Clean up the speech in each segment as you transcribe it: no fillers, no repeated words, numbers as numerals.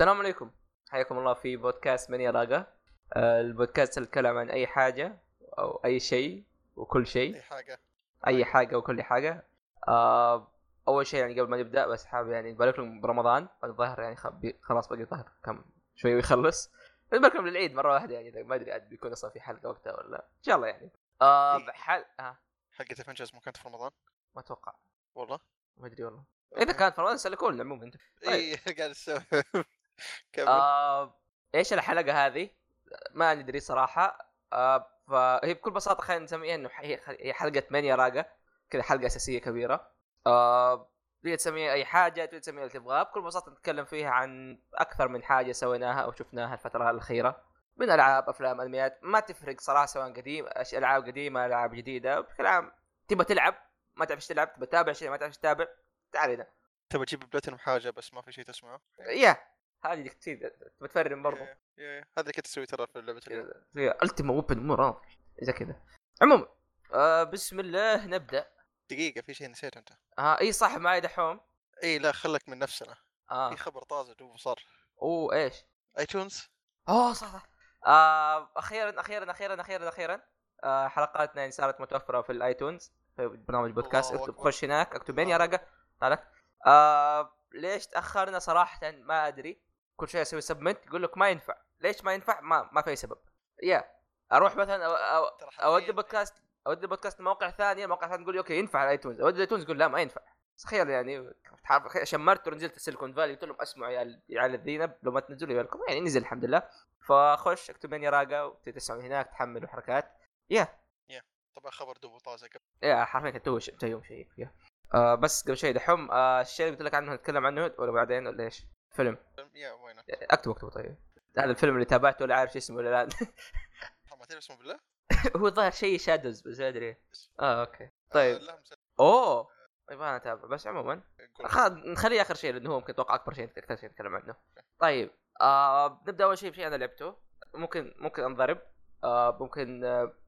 السلام عليكم، حياكم الله في بودكاست من يراقة. البودكاست يتكلم عن أي حاجة أو أي شيء وكل شيء. اي حاجه. أي أيوة. حاجة وكل حاجة. أول شيء يعني قبل ما نبدأ بس حاب يعني نبارك لكم برمضان. الظاهر يعني خلاص باقي ظهر كم شوي ويخلص. نبارك لكم للعيد مرة واحدة يعني ما أدري بيكون أصلا في حلقة وقتها ولا إن شاء الله يعني. بحل حقت افنجرز ما كانت في رمضان ما أتوقع. والله. ما أدري والله. إذا اوكي. كانت فرمان سألكون عموما أنت. طيب. اي قاعد اسوي. كمل. آه ايش الحلقه هذه؟ ما ندري صراحه. فهي بكل بساطه خلينا نسميها انه هي حلقه مانيا راقه كذا، حلقه اساسيه كبيره. تقدر تسميها اي حاجه، تقدر تسميها اللي تبغاه. بكل بساطه نتكلم فيها عن اكثر من حاجه سويناها او شفناها الفتره الاخيره من العاب افلام انميات، ما تفرق صراحه سواء قديم العاب قديمه العاب جديده. بشكل عام تبى تلعب ما تعرف تلعب، تبى تتابع شيء ما تعرف تتابع، تعال هنا. تبى تجيب بلاتينum حاجه بس ما في شيء تسمعه. يا هذه كثير بتفرم برضو. هذا اللي كنت تسوي ترى في لعبه اليوم. زي التيم اوبن مور زي كذا. عموما بسم الله نبدا. دقيقه، في شيء نسيت انت. اي صح معي دحوم. اي لا، خلك من نفسنا. في اه خبر طازج دوب صار. ايش؟ ايتونز. صح. اخيرا حلقاتنا يعني صارت متوفره في الايتونز في برنامج بودكاست. الله اكتب أكبر. خش هناك، اكتب بين يا الله رقه طالك. ليش تاخرنا صراحه ما ادري. كل شيء اسوي سبمنت يقول لك ما ينفع. ليش ما ينفع؟ ما في سبب. اروح مثلا ترى اودي حرفياً. بودكاست مواقع ثانيه، الموقع ثاني يقول لي اوكي ينفع على ايتونز، اودي ايتونز يقول لا ما ينفع. تخيل يعني شمرت ونزلت السيليكون فالي قلت لهم اسمعوا يا الذين لو ما تنزلوا يالكم يعني نزل الحمد لله. فخش اكتب بين يراقه وتسمع هناك تحمل حركات. طبعا خبر دوب طازج. حرفيا كنت يوم شيء بس قبل شيء دحوم الشيء اللي قلت لك عنه نتكلم عنه ولا بعدين ولا ايش؟ فيلم. وينه؟ اكتبه طيب. هذا الفيلم اللي تابعته ولا عارف شو اسمه ولا لا؟ ما تعرف اسمه بالله. هو ظاهر شيء شادوز بس ما ادري. اوكي طيب. لا طيب انا اتابع بس عموما قول. نخليه اخر شيء لانه هو ممكن اتوقع اكبر شيء اكثر شيء نتكلم عنه. طيب نبدا اول شيء بشيء انا لعبته. ممكن انضرب. ممكن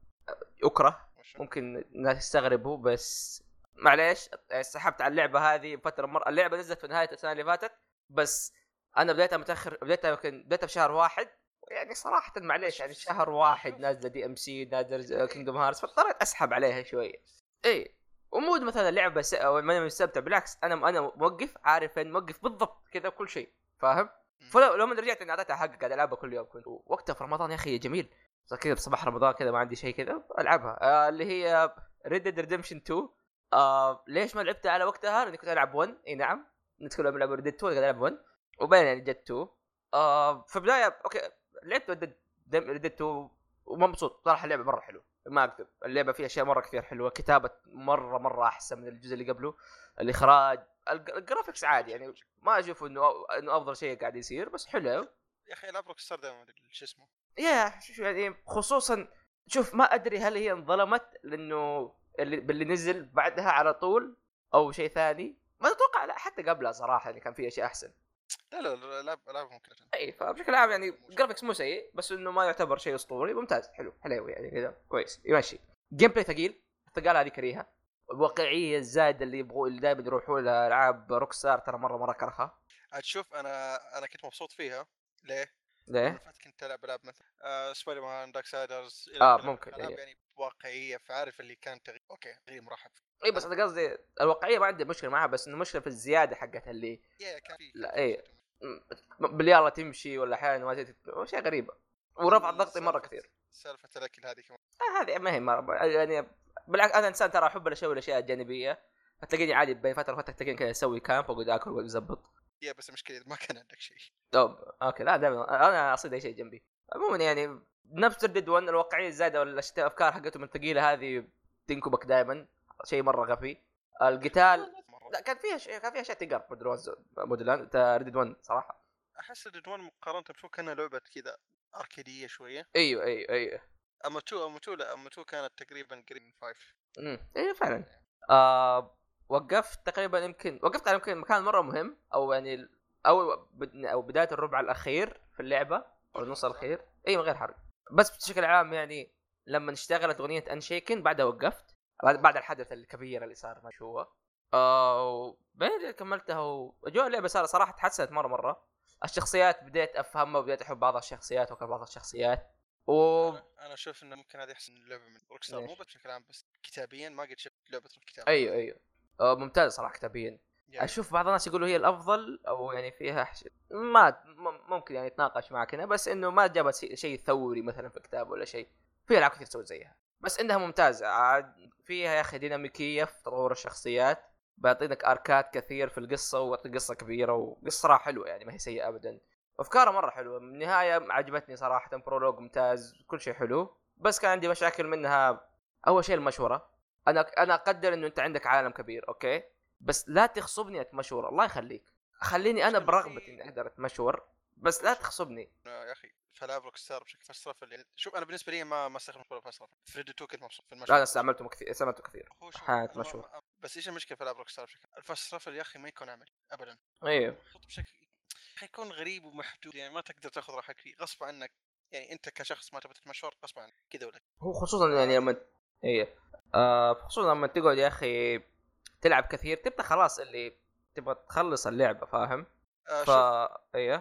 اكره. ممكن الناس يستغربوا بس معليش. سحبت على اللعبه هذه فتره اللعبه نزلت في نهايه السنه اللي فاتت بس انا بديتها متاخر، بديتها في شهر واحد. يعني صراحه معليش يعني شهر واحد نازله دي ام سي نازل كينجدوم هارتس فاضطريت اسحب عليها شويه. اي ومود مثلا لعبه او ما مستمتع بالعكس انا موقف عارف ان موقف بالضبط كذا كل شيء فاهم. فلو من رجعت اني اعطيتها حق قاعد العبها كل يوم كنت وقتها في رمضان يا اخي جميل. كذا بصباح رمضان كذا ما عندي شيء كذا العبها. اللي هي Red Dead Redemption 2. ليش ما لعبتها على وقتها؟ لاني كنت العب 1. اي نعم ندخل نلعب Red Dead 2 قاعد العب 1 وبين يعني جت 2. في بدايه اوكي لعبت Red Dead 2 ومبسوط صراحه. اللعبه مره حلوه ما اكذب، اللعبه فيها اشياء مره كثير حلوه، كتابه مره احسن من الجزء اللي قبله، الاخراج الجرافيكس عادي يعني ما اشوف انه افضل شيء قاعد يصير بس حلو. يا اخي العب روك ستار دائما شو اسمه. شو يعني خصوصا شوف ما ادري هل هي انظلمت لانه باللي نزل بعدها على طول او شيء ثاني. ما اتوقع لا حتى قبلها صراحه يعني كان في اشياء احسن. لا العاب ممكن. اي فبشكل عام يعني جرافيكس مو سيء بس انه ما يعتبر شيء اسطوري. ممتاز حلو يعني كذا كويس يمشي. جيم بلاي ثقيل، الثقاله هذه كريهه. الواقعيه الزايده اللي يبغوا اللي دائما يروحوا لها العاب روك ستار ترى مره كرهها. تشوف انا كنت مبسوط فيها. ليه؟ ليه؟ كنت العب العاب مثل سبايدر مان دارك سايدرز ممكن العاب يعني واقعيه، فعارف اللي كان اوكي تغيير مرحب. اي بس انا قصدي الواقعيه ما عندي مشكله معها بس انه مشكله في الزياده حقتها اللي كان في لا اي باليلا تمشي ولا احيانا ما شيء غريبه ورفع الضغط مره كثير. سالفه الاكل هذه كمان هذه ما هي مرة يعني بالعكس انا انسان ترى احب الاشياء الجانبيه فتلاقيني عادي بين فتره وفتره تلاقيني كذا اسوي كامب واقعد اكل واظبط. بس المشكله ما كان عندك شيء. طب اوكي لا دائما انا اصيد اي شيء جنبي. عموما يعني نفس ردد 1 الواقعيه الزايده ولا الافكار حقتهم الثقيله هذه تنكبك دائما شيء مره غبي. القتال لا كان فيها اشياء تقرب مودلان ردد 1 صراحه. احس ردد 1 مقارنه بشو كانها لعبه كذا اركيديه شويه. ايوه اما 2 كانت تقريبا قريب من 5. ايوه فعلا. وقفت تقريبا وقفت على يمكن مكان مره مهم او يعني او بدايه الربع الاخير في اللعبه او النص الاخير. اي من غير حرق بس بشكل عام يعني لما اشتغلت اغنيه انشيكن بعدها وقفت بعد الحدث الكبير اللي صار ما شو هو. وبعدين كملتها واجواء اللعبه صراحه تحسنت مره الشخصيات بديت افهمها وبديت احب بعض الشخصيات وكل بعض الشخصيات انا اشوف انه ممكن هذه احسن لعبه من روكستار، مو ليش؟ بس بشكل عام، بس كتابيا ما قد شفت لعبه كتابيه. ايوه ايوه ممتاز صراحه كتابيا. اشوف بعض الناس يقولوا هي الافضل او يعني فيها ممكن يعني يتناقش معك هنا، بس انه ما جابت شيء ثوري مثلا في كتاب ولا شيء. في العاب كثير تسوي زيها بس انها ممتازه عاد. فيها يا اخي ديناميكيه في تطور الشخصيات، بيعطينك اركات كثير في القصه ويعطيك قصه كبيره وقصه صراحه حلوه يعني ما هي سيئه ابدا. افكارها مره حلوه، من النهايه عجبتني صراحه. برولوج ممتاز، كل شيء حلو، بس كان عندي مشاكل منها. اول شيء المشوره. انا اقدر انه انت عندك عالم كبير اوكي، بس لا تغصبني اتمشور الله يخليك. خليني انا برغبتي اني اقدر اتمشور، بس لا تغصبني. يا اخي فالعاب روكستار بشكل فلسفه اللي شوف انا بالنسبه لي ما استخدم فلسفه فريدي 2 كنت مبسوط في لا المشهد. انا استعملته كثير، استعملته كثير هو شوف حالات مشهور. بس ايش المشكله في العاب روكستار بشكل الفلسفه يا اخي ما يكون عملي ابدا. ايوه محطوط بشكل يكون غريب ومحدود، يعني ما تقدر تاخذ راحتك فيه غصب عنك. يعني انت كشخص ما تبي تتمشور غصب عنك كذا ولا هو خصوصا يعني لما ايوه خصوصا لما تقعد يا اخي تلعب كثير تبدا خلاص اللي تبغى تخلص اللعبه فاهم. شوف ايوه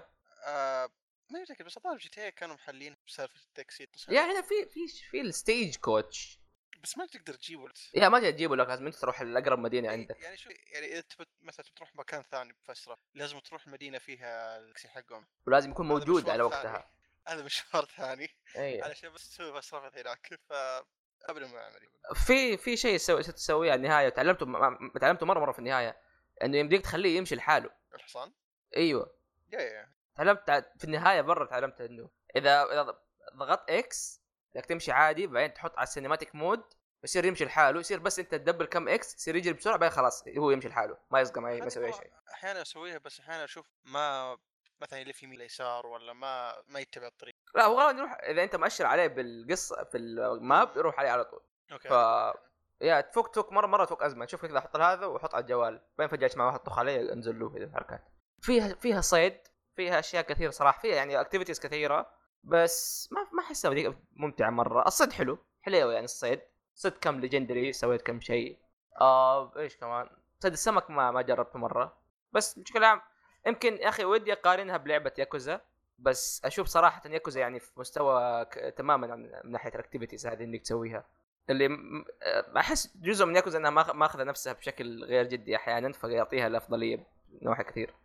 ما متأكد بس الظاهر جي تي كانوا محلين بسالفه التاكسي يعني هنا في الستيج كوتش، بس ما تقدر تجيبه يا ما تجيبه لك، لازم انت تروح لاقرب مدينه عندك. يعني شو يعني اذا تبي مثلا تروح مكان ثاني بفسره لازم تروح مدينه فيها التاكسي حقهم، ولازم يكون هذا موجود مشوار على ثاني. وقتها. هذا مشوار ثاني ايوه علشان بس تسوي فسره هناك، فابدا ما عملي. في شيء تسويه على النهايه تعلمته مره في النهايه، انه يمديك تخليه يمشي لحاله. الحصان ايوه يا تعلمت في النهايه برا تعلمت انه اذا ضغطت اكس انك تمشي عادي، بعدين تحط على السينماتيك مود يصير يمشي لحاله، يصير بس انت تدبل كم اكس يصير يجري بسرعه، بعدين خلاص هو يمشي لحاله ما يصقع معي ما يسوي اي شيء. احيانا اسويها بس احيانا اشوف ما مثلا يلف يمين يسار ولا ما يتبع الطريق. لا هو غالبا يروح اذا انت مؤشر عليه بالقصه في الماب يروح عليه على طول. اوكي ف يا تفك مره تفك ازمه، شوف كذا احط هذا واحط على الجوال، بعدين فجاه اسمع واحد طخ عليه انزل له كذا حركات. فيها صيد، فيها اشياء كثيره صراحه، فيها يعني اكتيفيتيز كثيره، بس ما احسها ممتعه مره. الصيد حلو يعني الصيد صيد كم ليجندري، سويت كم شيء. ايش كمان صيد السمك ما جربته مره، بس بشكل عام يمكن يا اخي ودي اقارنها بلعبه ياكوزا، بس اشوف صراحه ياكوزا يعني في مستوى تماما من ناحيه الاكتيفيتيز هذه انك تسويها، اللي احس جزء من ياكوزا انها ماخذه نفسها بشكل غير جدي احيانا، فيعطيها الافضليه نواحي كثير.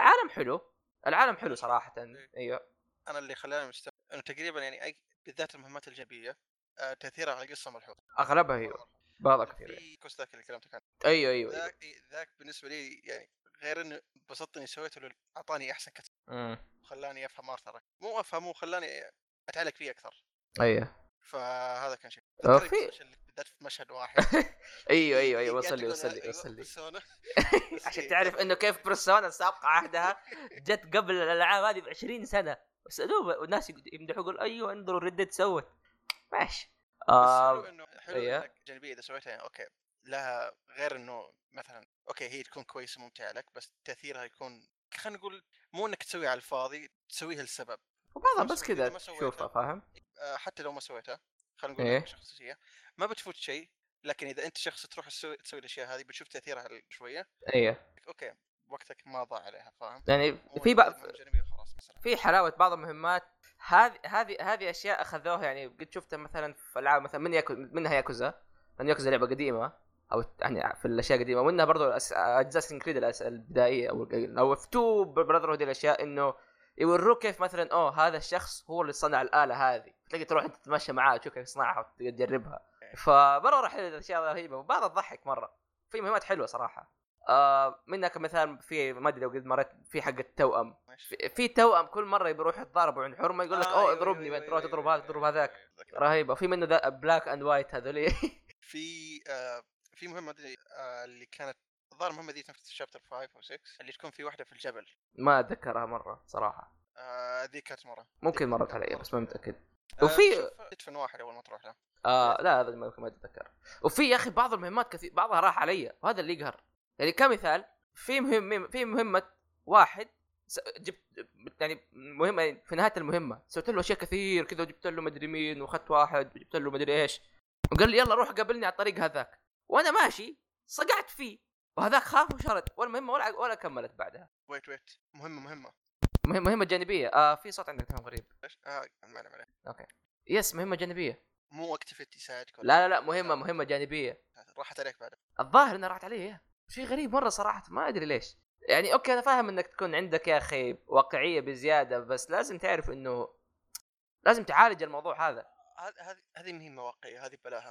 العالم حلو صراحه. ايوه انا اللي خلاني مستوى انه تقريبا يعني بالذات المهمات الجانبيه تاثيرها على القصه ملحوظ. اغلبها ايوه بعضها كثير في كوست ذاك اللي كلمتك عنه. ايوه ذاك بالنسبه لي يعني غير انه انبسطت اني سويته اعطاني احسن كتب وخلاني افهم ارثر، مو افهمه خلاني اتعلق فيه اكثر. ايوه فهذا كان شيء في بالذات في مشهد واحد. ايوه وصل لي عشان تعرف انه كيف برسونا سابقه عهدها جت قبل الالعاب هذه ب20 سنه، بس والناس يمدحوا يقول ايوه انظروا ردت سوت ماشي. حلو انك جانبيه اذا سويتها يعني اوكي لها غير انه مثلا اوكي هي تكون كويسه ممتعه لك، بس تاثيرها يكون خلينا نقول مو انك تسويها على الفاضي، تسويها لسبب وبعضها بس كذا تشوفها فاهم. حتى لو ما سويتها خلينا نقول شخصيه ما بتفوت شيء، لكن اذا انت شخص تروح تسوي الاشياء هذه بتشوف تاثيرها شويه. اوكي وقتك ما ضاع عليها فاهم يعني في حلاوه بعض المهمات هذه اشياء اخذوها يعني قد شفتها مثلا في العاب مثلا منها ياكوزا، لان ياكوزا لعبه قديمه او يعني في الاشياء قديمه، ومنها برضو اجزاء سنكريد البدائيه او في براذر هود الاشياء انه يوروك كيف مثلا هذا الشخص هو اللي صنع الاله هذه، تلاقي تروح انت تتمشى معاه تشوف كيف يصنعها وتجربها. فمره راح الاشياء رهيبه وبعضها تضحك مره. في مهمات حلوه صراحه. منك مثلا في ما ادري لو قد مريت في حق التوأم، في توأم كل مره يروح يتضاربوا عند حرمه يقول لك اضربني تروح تضرب هذا تضرب هذاك رهيبه. في منه ذا بلاك اند وايت هذول في مهمه اللي كانت الظاهر المهمه دي في الشابتر 5 او 6 اللي تكون في واحده في الجبل، ما اتذكرها مره صراحه. ذيك كانت مره ممكن مرت علي بس ما متاكد. وفي تدفن واحد اول ما تروح له لا هذا ممكن ما اتذكر. وفي يا اخي بعض المهمات كثير بعضها راح علي وهذا اللي يقهر. يعني كمثال في مهمه واحد جبت يعني مهمه في نهايه المهمه سويت له اشياء كثير كذا وجبت له مدري مين واخذت واحد وجبت له مدري ايش وقال لي يلا روح قابلني على الطريق هذاك، وانا ماشي صقعت فيه وهذاك خاف وشرد والمهمه ولا كملت بعدها. ويت مهمه مهمه جانبيه. في صوت عندك تمام غريب. معنا اوكي يس مهمه جانبيه. مو اكتيفيتي ساعدك لا مهمه جانبيه. راحت عليك بعد. الظاهر انها راحت علي. شيء غريب مره صراحه ما ادري ليش. يعني اوكي انا فاهم انك تكون عندك يا اخي واقعيه بزياده بس لازم تعرف انه لازم تعالج الموضوع هذا. هذه مهمه واقعيه هذه بلاها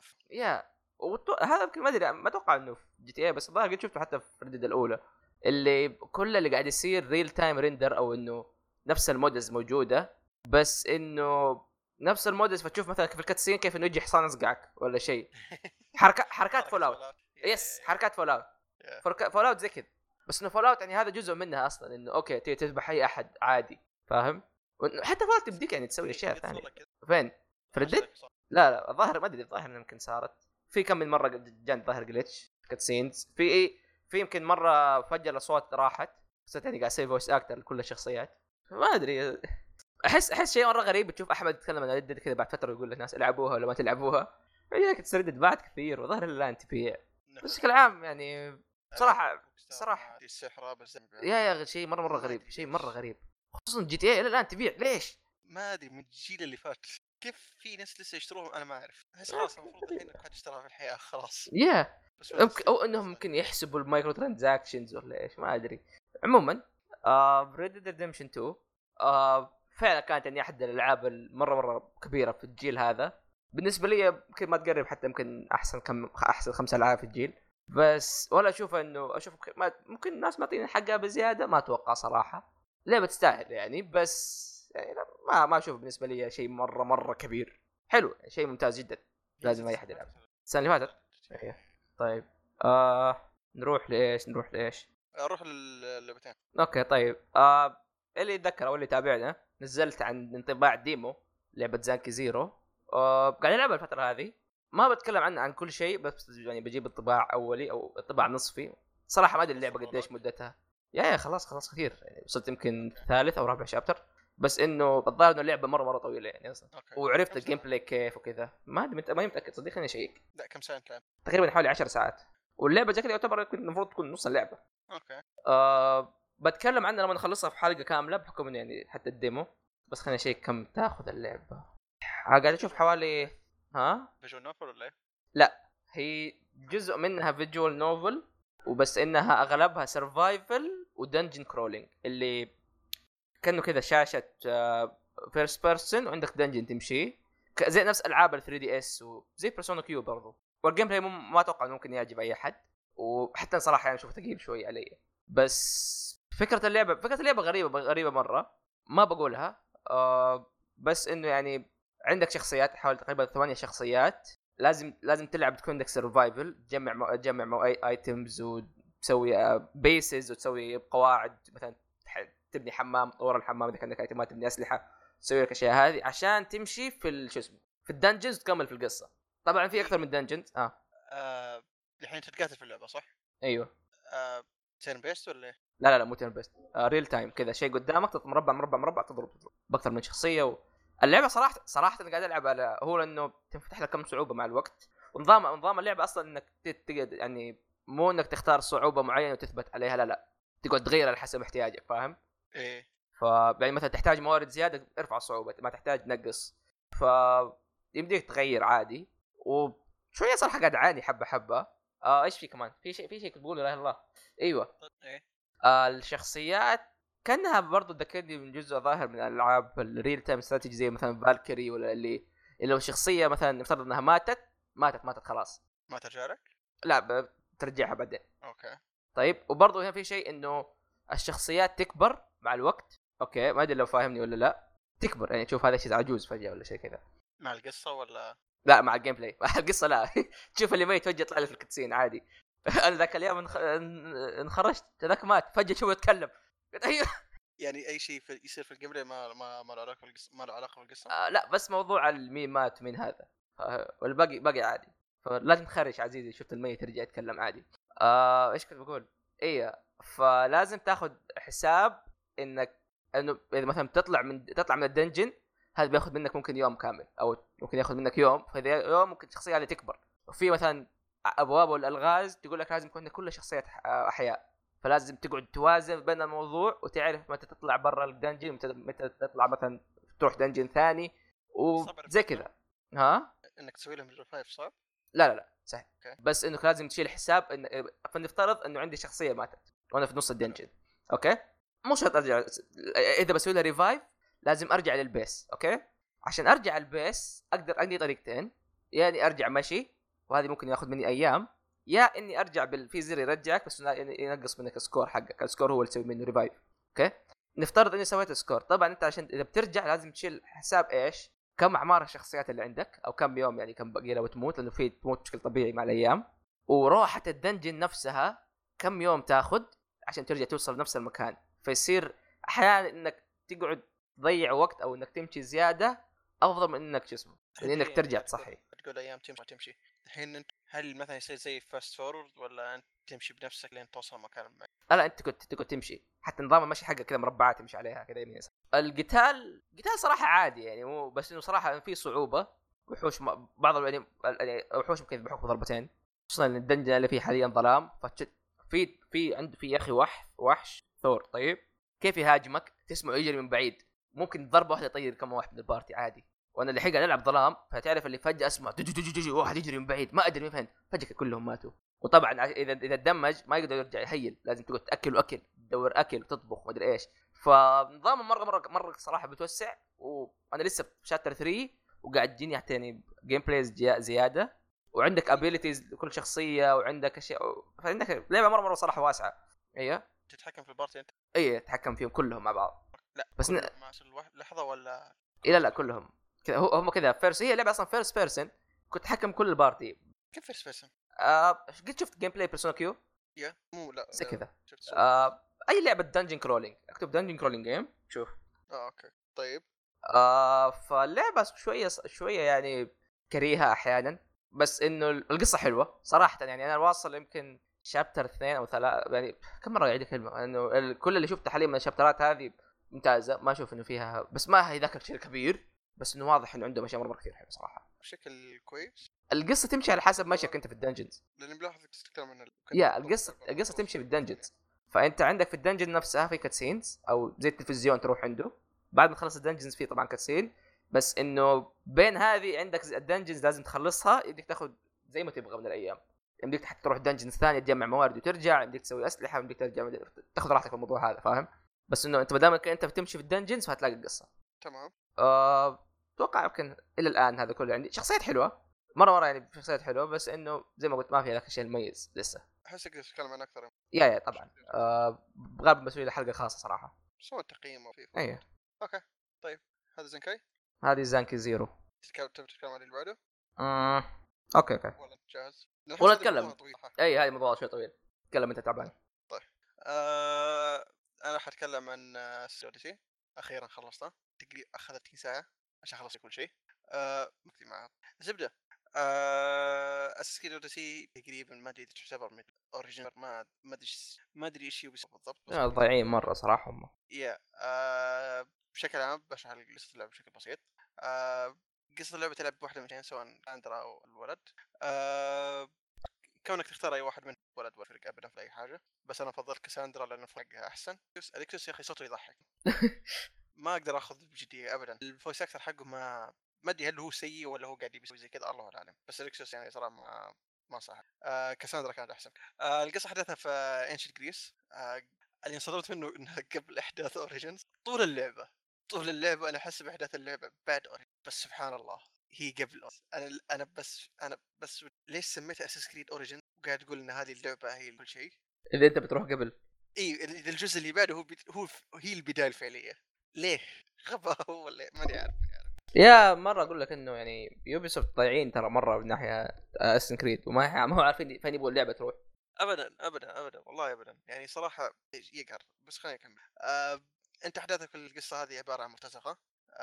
هذا يمكن ما ادري ما اتوقع انه في جي تي اي بس الظاهر قد شفته حتى في ردد الاولى اللي كل اللي قاعد يصير ريل تايم ريندر او انه نفس المودلز موجوده بس انه نفس المودلز فتشوف مثلا في الكاتسين كيف انه يجي حصان يصقعك ولا شيء. حركات فول اوت. يس حركات فول اوت. فول اوت زي كذا بس انه فول اوت يعني هذا جزء منها اصلا انه اوكي تذبح اي احد عادي فاهم. حتى فول اوت تبديك يعني تسوي اشياء ثانيه. فين في ردد؟ لا الظاهر ما ادري الظاهر يمكن صارت في كم من مره جاني ظاهر جلتش كاتسينز في يمكن مره فجأة الاصوات راحت صرت يعني قاعد اسوي فويس اكتر لكل الشخصيات ما ادري. احس شيء مره غريب تشوف احمد يتكلم عن ردد كذا بعد فتره يقول للناس العبوها ولا ما تلعبوها هيك تسردد بعد كثير وظهر لا انت بيع بشكل عام يعني صراحه السحره بس يا شيء مره غريب شيء مره غريب خصوصا جي تي اي الان تبيع ليش ما ادري من الجيل اللي فات كيف في ناس لسه يشتروهم انا ما اعرف. خلاص المفروض الحين كل اشتراها في الحياه خلاص او انهم ممكن يحسبوا المايكرو ترانزاكشنز ولا ايش ما ادري. عموما ريد ديد ريدمشن 2 فعلا كانت يعني احد الالعاب المره كبيره في الجيل هذا بالنسبه لي يمكن ما تقرب حتى يمكن احسن 5 العاب في الجيل بس ولا اشوف ممكن الناس معطيني حقها بزياده ما اتوقع صراحه لعبه تستاهل يعني بس يعني ما اشوف بالنسبه لي شيء مره كبير حلو شيء ممتاز جدا لازم اي احد يلعب. السنه اللي فاتت طيب نروح لايش اروح للعبتين. اوكي طيب اللي يتذكر او اللي تابعنا نزلت عن انطباع ديمو لعبه زانكي زيرو قاعد العبها الفتره هذه ما بتكلم عن كل شيء بس يعني بجيب انطباع اولي او انطباع نصفي صراحه ما ادري اللعبه قديش مدتها يا خلاص كثير يعني وصلت يمكن ثالث او رابع شابتر بس انه الظاهر انه اللعبه مره طويله يعني اصلا وعرفت الجيم بلاي كيف وكذا ما متاكد صدقني شيء لا كم ساعه تلعب تقريبا حوالي 10 ساعات واللعبه زي كذا يعتبر المفروض تكون نص اللعبه. اوكي بتكلم عنها لما نخلصها في حلقه كامله بحكم انه يعني حتى الديمو بس خلينا شيء كم تاخذ اللعبه قاعد اشوف حوالي فيجوال نوفل ولا لا هي جزء منها فيجوال نوفل وبس انها اغلبها سرفايفل ودنجن كرولينج اللي كانه كذا شاشه فيرست بيرسون وعندك دنجن تمشي زي نفس العاب ال 3 دي اس وزي بيرسونا كيو برضو والجيم بلاي ما اتوقع انه ممكن يعجب اي احد وحتى صراحه يعني اشوفه ثقيل شوي علي بس فكره اللعبه غريبه مره ما بقولها بس انه يعني عندك شخصيات حوالي تقريبا 8 شخصيات لازم تلعب تكون عندك سرفايفل تجمع ايتمز وتسوي بيسز وتسوي قواعد مثلا تبني حمام طور الحمام اذا عندك ايتمات تبني اسلحه تسوي لك الاشياء هذه عشان تمشي في شو اسمه في الدنجنز وتكمل في القصه. طبعا في اكثر من دنجنز الحين تتقاتل في اللعبه صح؟ ايوه تيرن بيست ولا ايه؟ لا مو تيرن بيست ريل تايم كذا شيء قدامك تضرب مربع تضرب باكثر من شخصيه اللعبه صراحه انا قاعد العب على هو لانه تفتح لك كم صعوبه مع الوقت ونظام اللعبه اصلا انك يعني مو انك تختار صعوبه معينه وتثبت عليها لا تقعد تغير على حسب احتياجك فاهم ايه يعني مثلا تحتاج موارد زياده ارفع الصعوبه ما تحتاج نقص يمديك تغير عادي وشويه صراحه قاعد اعاني حبه ايش في كمان في شيء تقول لا اله الا الله ايوه ايه الشخصيات كانها برضو تذكرني من جزء ظاهر من العاب الريل تايم استراتيجي زي مثلا فالكري ولا اللي لو شخصيه مثلا نفترض انها ماتت خلاص ما ترجع لك لا بترجعها بعدين اوكي طيب وبرضو هنا في شيء انه الشخصيات تكبر مع الوقت اوكي ما ادري لو فاهمني ولا لا تكبر يعني تشوف هذا شيء عجوز فجاه ولا شيء كذا مع القصه ولا لا مع الجيم بلاي مع القصه لا تشوف اللي ميت فجاه يطلع لي في الكتسين عادي انا ذاك اليوم انخرجت ذاك مات فجاه شو يتكلم ايوه يعني اي شيء يصير في الجيم بلاي ما له علاقه بالقصه ما له علاقه بالقصه لا بس موضوع الميمات من هذا والباقي باقي عادي فلازم تخرج عزيزي شفت الميت يرجع يتكلم عادي ايش كنت بقول ايه فلازم تاخذ حساب انه اذا مثلا تطلع من الدنجن هذا بياخذ منك ممكن يوم كامل او ممكن ياخذ منك يوم فاذا يوم ممكن الشخصيه هذه تكبر وفي مثلا ابواب والالغاز تقول لك لازم يكون كل شخصيات احياء فلازم تقعد توازن بين الموضوع وتعرف متى تطلع برا الدنجن متى تطلع مثلا تروح دنجن ثاني وزي كذا. ها انك تسوي لهم الريفايف صح؟ لا سهل. أوكي. بس انك لازم تشيل حساب ان فلنفترض انه عندي شخصيه ماتت وانا في نص الدنجن، اوكي، مو شرط ارجع. اذا بسوي لها ريفايف لازم ارجع للبيس، اوكي. عشان ارجع البيس عندي طريقتين، يعني ارجع مشي وهذه ممكن ياخذ مني ايام، يا اني ارجع في زر يرجعك بس ينقص منك السكور حقك. السكور هو اللي تسوي منه ريفايف، اوكي. نفترض اني سويت سكور، طبعا انت عشان اذا بترجع لازم تشيل حساب ايش، كم اعمار الشخصيات اللي عندك او كم يوم، يعني كم باقي لو تموت، لانه في تموت بشكل طبيعي مع الايام، وروحه الدنجن نفسها كم يوم تاخذ عشان ترجع توصل لنفس المكان. فيصير احيانا انك تقعد تضيع وقت او انك تمشي زياده افضل من انك من انك ترجع تصحي. تقول ايام تمشي الحين انت، هل مثلا يصير زي فاست فورورد ولا انت تمشي بنفسك لين توصل مكان معين؟ لا انت كنت تقعد تمشي، حتى نظام المشي حقك كذا مربعات تمشي عليها كذا يمين يسار. القتال صراحه عادي يعني، مو بس انه صراحه في صعوبه. وحوش بعض يعني وحوش ممكن يذبحوك بضربتين، خصوصا ان الدنجن اللي فيه حاليا ظلام. في يا اخي وحش ثور، طيب كيف يهاجمك تسمعه يجري من بعيد، ممكن ضربه واحده يطير كم واحد من البارتي عادي. وانا اللي حقا نلعب ظلام، فتعرف اللي فجاه اسمع واحد يجري من بعيد ما ادري من فين، فجاه كلهم ماتوا. وطبعا اذا دمج ما يقدر يرجع يهيل، لازم تقعد تاكل تدور اكل وتطبخ ما ادري ايش. فنظام مره صراحه بتوسع. وانا لسه في شابتر 3 وقاعد تجيني يعني جيم بلايز زياده، وعندك ابيليتيز لكل شخصيه وعندك اشياء، فعندك لعبه مره صراحه واسعه. ايوه تتحكم في البارتي انت؟ اي تتحكم فيهم كلهم مع بعض. لا بس مع لحظه ولا لا كلهم كذا. هم كذا فيرس، هي لعبه اصلا فيرست بيرسون، كنت تحكم كل البارتي. كيف فيرست بيرسون؟ قد شفت جيم بلاي بيرسونا كيو؟ يا مو لا زي كذا. شفت اي لعبه دنجن كرولينج، اكتب دنجن كرولينج جيم شوف. اوكي طيب. فاللعبه شويه يعني كريهه احيانا، بس انه القصه حلوه صراحه. يعني انا واصل يمكن شابتر 2 او 3، يعني كم مره اعيد الكلمه انه كل اللي شفته حاليا من الشابترات هذه ممتازه، ما اشوف انه فيها، بس ما هي ذاك الشيء الكبير، بس انه واضح انه عنده اشياء مره كثير حلوه صراحه. بشكل كويس. القصه تمشي على حسب ماشيك انت في الدنجنز. لاني ملاحظ تتكلم عن يا القصه تمشي في الدنجنز. فانت عندك في الدنجن نفسها في كاتسينز او زي التلفزيون تروح عنده، بعد ما تخلص الدنجنز فيه طبعا كاتسين، بس انه بين هذه عندك الدنجنز لازم تخلصها، يديك تاخذ زي ما تبغى من الايام. يمديك حتى تروح دنجنز ثانيه تجمع موارد وترجع، يمديك تسوي اسلحه، يمديك ترجع تاخذ راحتك في الموضوع هذا، فاهم؟ بس انه انت ما دام انت بتمشي في الدنجنز فهتلاقي القصه تمام. اتوقع يمكن الى الان هذا كله عندي شخصيات حلوه مره يعني شخصيات حلوه، بس انه زي ما قلت ما في ذاك الشيء المميز لسه. احسك تتكلم عن اكثر. يا طبعا غالبا بسوي له حلقه خاصه صراحه. سوى تقييم وفي ايوه اوكي طيب. هذا زنكاي. هذه زانكي زيرو. تتكلم عن اللي بعده آه. اوكي ولا جاهز؟ ولا اتكلم. اي هذه موضوع شوي طويل، تكلم انت تعبان. طيب انا حاتكلم عن سوديتي. اخيرا خلصتها، تقريبا اخذت لي ساعه عشان اخلص كل شيء. مكتي معها زبده. اسكيد اوديسي تقريبا ما ادري تعتبر من اوريجينال، ما ادري ايش هو بالضبط، بس ضايعين مره صراحه هم. يا بشكل عام بشرح قصة اللعبة بشكل بسيط. قصة اللعبة تلعب بواحدة من سواء أندرا أو الولد. كونك تختار أي واحد من ولد ولا فرق أبدا في أي حاجة، بس أنا أفضل كاساندرا لأنه فرقها أحسن. أليكسوس يا أخي صوته يضحك. ما أقدر أخذ بجدية أبدا. الفويس أكتر حقه ما أدري هل هو سيء ولا هو قاعد يسوي زي كذا، الله أعلم. بس أليكسوس يعني صراحة ما صح. كاساندرا كانت أحسن. القصة حدثها في أنشنت جريس. اللي انصدمت منه انها قبل احداث اوريجنز. طول اللعبه انا احس باحداث اللعبه بعد اوريجنز، بس سبحان الله هي قبل. انا بس ليش سميتها اساس كريد اوريجنز وقاعد تقول ان هذه اللعبه هي كل شيء؟ اذا انت بتروح قبل اي الجزء اللي بعده هي البدايه الفعليه. ليه غباء ولا ماني عارف. يا مره اقول لك انه يعني يوبيسوفت ضايعين ترى مره من ناحيه اسن كريد، وما هو عارفين فين يبغوا اللعبه تروح. ابدا والله ابدا، يعني صراحه يقهر. بس خليني اكمل. انت احداثك في القصه هذه عباره عن مرتزقه.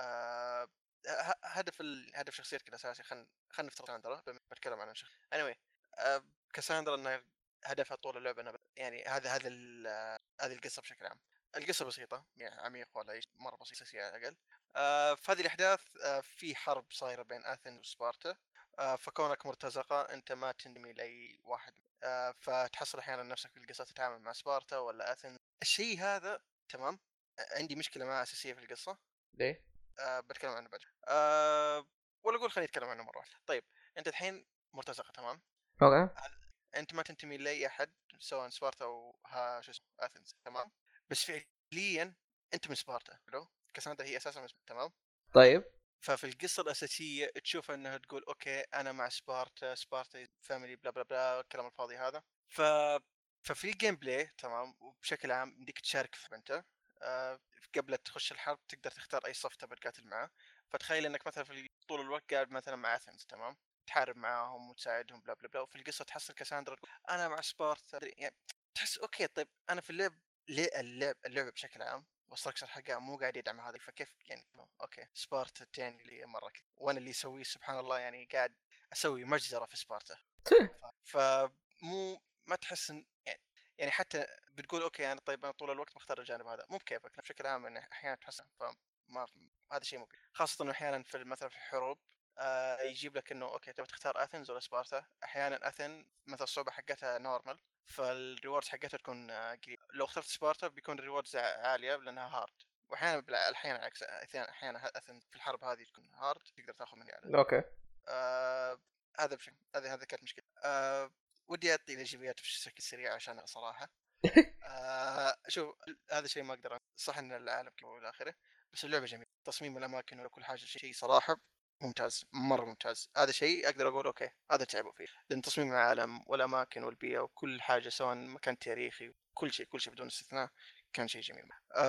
هدف شخصيتك الاساسي، خلينا نفترض كاساندرا، بتكلم عن شخص anyway. كاساندرا انها هدفها طول اللعبه يعني هذه القصه بشكل عام. القصه بسيطه يعني عميق ولا ايش، مره بسيطه على الاقل. في هذه الاحداث في حرب صايره بين اثن وسبارتا. فكونك مرتزقه انت ما تنتمي لاي واحد فتحصل احيانا نفسك في القصه تتعامل مع سبارتا ولا اثن. الشيء هذا تمام. عندي مشكله معه اساسيه في القصه. ليه؟ بتكلم عنه بعد. ولا اقول خليني اتكلم عنه مره واحده. طيب انت الحين مرتزقه تمام. اوكي. انت ما تنتمي لاي احد سواء سبارتا او شو اسمه اثنز تمام. بس فعليا انت من سبارتا حلو. كاساندرا هي اساسا من سبارتا تمام. طيب. ففي القصه الاساسيه تشوف انها تقول اوكي انا مع سبارتا، سبارتا فاميلي بلا بلا بلا الكلام الفاضي هذا. ف ففي الجيم بلاي تمام وبشكل عام بدك تشارك في انت قبل لا تخش الحرب تقدر تختار اي صف تبي تقاتل معه. فتخيل انك مثلا في طول الوقت قاعد مثلا مع اثنز تمام، تحارب معاهم وتساعدهم بلا بلا بلا. وفي القصه تحصل كاساندرا تقول انا مع سبارتا يعني. تحس اوكي طيب انا في اللعب ليه اللعبه بشكل عام والستركشر حقها مو قاعد يدعم هذا، فكيف يعني اوكي سبارتا الثاني اللي مره كذا وانا اللي اسويه سبحان الله يعني قاعد اسوي مجزره في سبارتا. فمو ما تحس ان يعني حتى بتقول اوكي انا طيب انا طول الوقت مختار الجانب هذا مو بكيفك بشكل عام انه احيانا تحس فما هذا شيء ممكن خاصه انه احيانا في مثلا في الحروب يجيب لك انه اوكي تبغى تختار اثنز ولا سبارتا. احيانا اثن مثلا الصعوبه حقتها نورمال فالريوردز حقتها تكون قريب. لو اخترت سبارتا بيكون الريوردز عاليه لانها هارد. واحيانا احيانا عكس احيانا اثن في الحرب هذه تكون هارد تقدر تاخذ مني على اوكي. هذا بشكل هذا كانت مشكله. ودي اعطي الايجابيات بشكل سريع عشان صراحه شوف هذا شيء ما اقدر صح ان العالم كذا والى اخره بس اللعبه جميله تصميم الاماكن وكل حاجه شيء صراحه ممتاز مره ممتاز. هذا شيء اقدر اقول اوكي هذا تعبوا فيه لان تصميم العالم والاماكن والبيئه وكل حاجه سواء مكان تاريخي كل شيء بدون استثناء كان شيء جميل.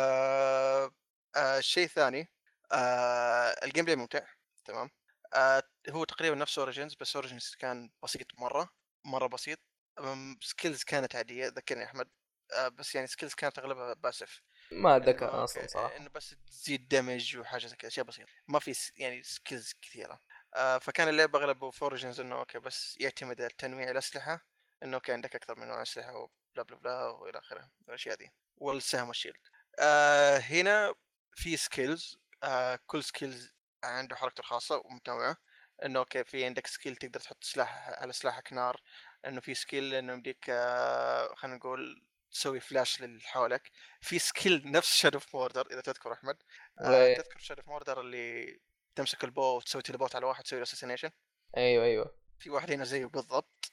الشيء الثاني الجيم بلاي ممتع تمام. هو تقريبا نفس اوريجينز بس اوريجينز كان بسيط مره بسيط. سكيلز كانت عاديه ذكرني احمد. بس يعني سكيلز كانت اغلبها باسف ما انه اتذكر اوكي اصلا صراحه. انه بس تزيد دمج وحاجه زي كذا اشياء بسيطه ما في يعني سكيلز كثيره. فكان اللعب اغلبه في اوريجينز انه اوكي بس يعتمد على تنويع الاسلحه انه اوكي عندك اكثر من نوع اسلحه وبلا بلا بلا والى اخره الاشياء دي والسهم والشيلد. هنا في سكيلز كل سكيلز عنده حركته الخاصه ومتنوعه. انه اوكي في عندك سكيل تقدر تحط سلاح على سلاحك نار. انه في سكيل انه يمديك خلينا نقول تسوي فلاش لحولك. في سكيل نفس شادو اوف موردر اذا تذكر احمد. ايه. تذكر شادو اوف موردر اللي تمسك البو وتسوي تليبوت على واحد تسوي اساسينيشن. ايوه ايوه. في واحد هنا زيه بالضبط.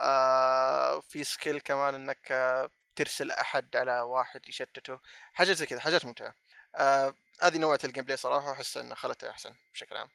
في سكيل كمان انك ترسل احد على واحد يشتته حاجات زي كذا حاجات ممتعه. هذه نوعيه الجيم بلاي صراحه احس انها خلتها احسن بشكل عام.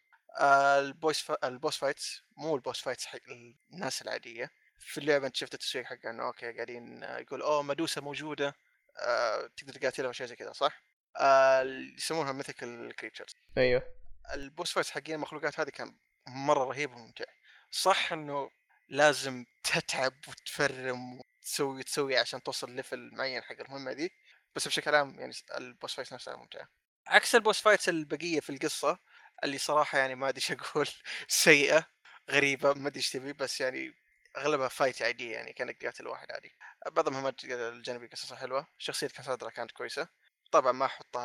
البوس فايتس مو البوس فايتس حق الناس العاديه. في اللعبه انت شفت التسويق حقه انه اوكي قاعدين يقول اوه مدوسه موجوده تقدر تقاتلها وشيء زي كذا صح. يسمونها ميثيكال كريتشرز. ايوه. البوس فايتس حقين المخلوقات هذه كان مره رهيب وممتع. صح انه لازم تتعب وتفرم وتسوي عشان توصل ليفل معين حق المهمه دي. بس بشكل عام يعني البوس فايتس نفسها ممتعه عكس البوس فايتس البقيه في القصه اللي صراحه يعني ما ادري ايش اقول سيئه غريبه ما ادري ايش تبي بس يعني اغلبها فايت عاديه يعني كانك قاتل واحد عادي. بعض المهمات الجانبيه قصصها حلوه. شخصيه كاساندرا كانت كويسه. طبعا ما احطها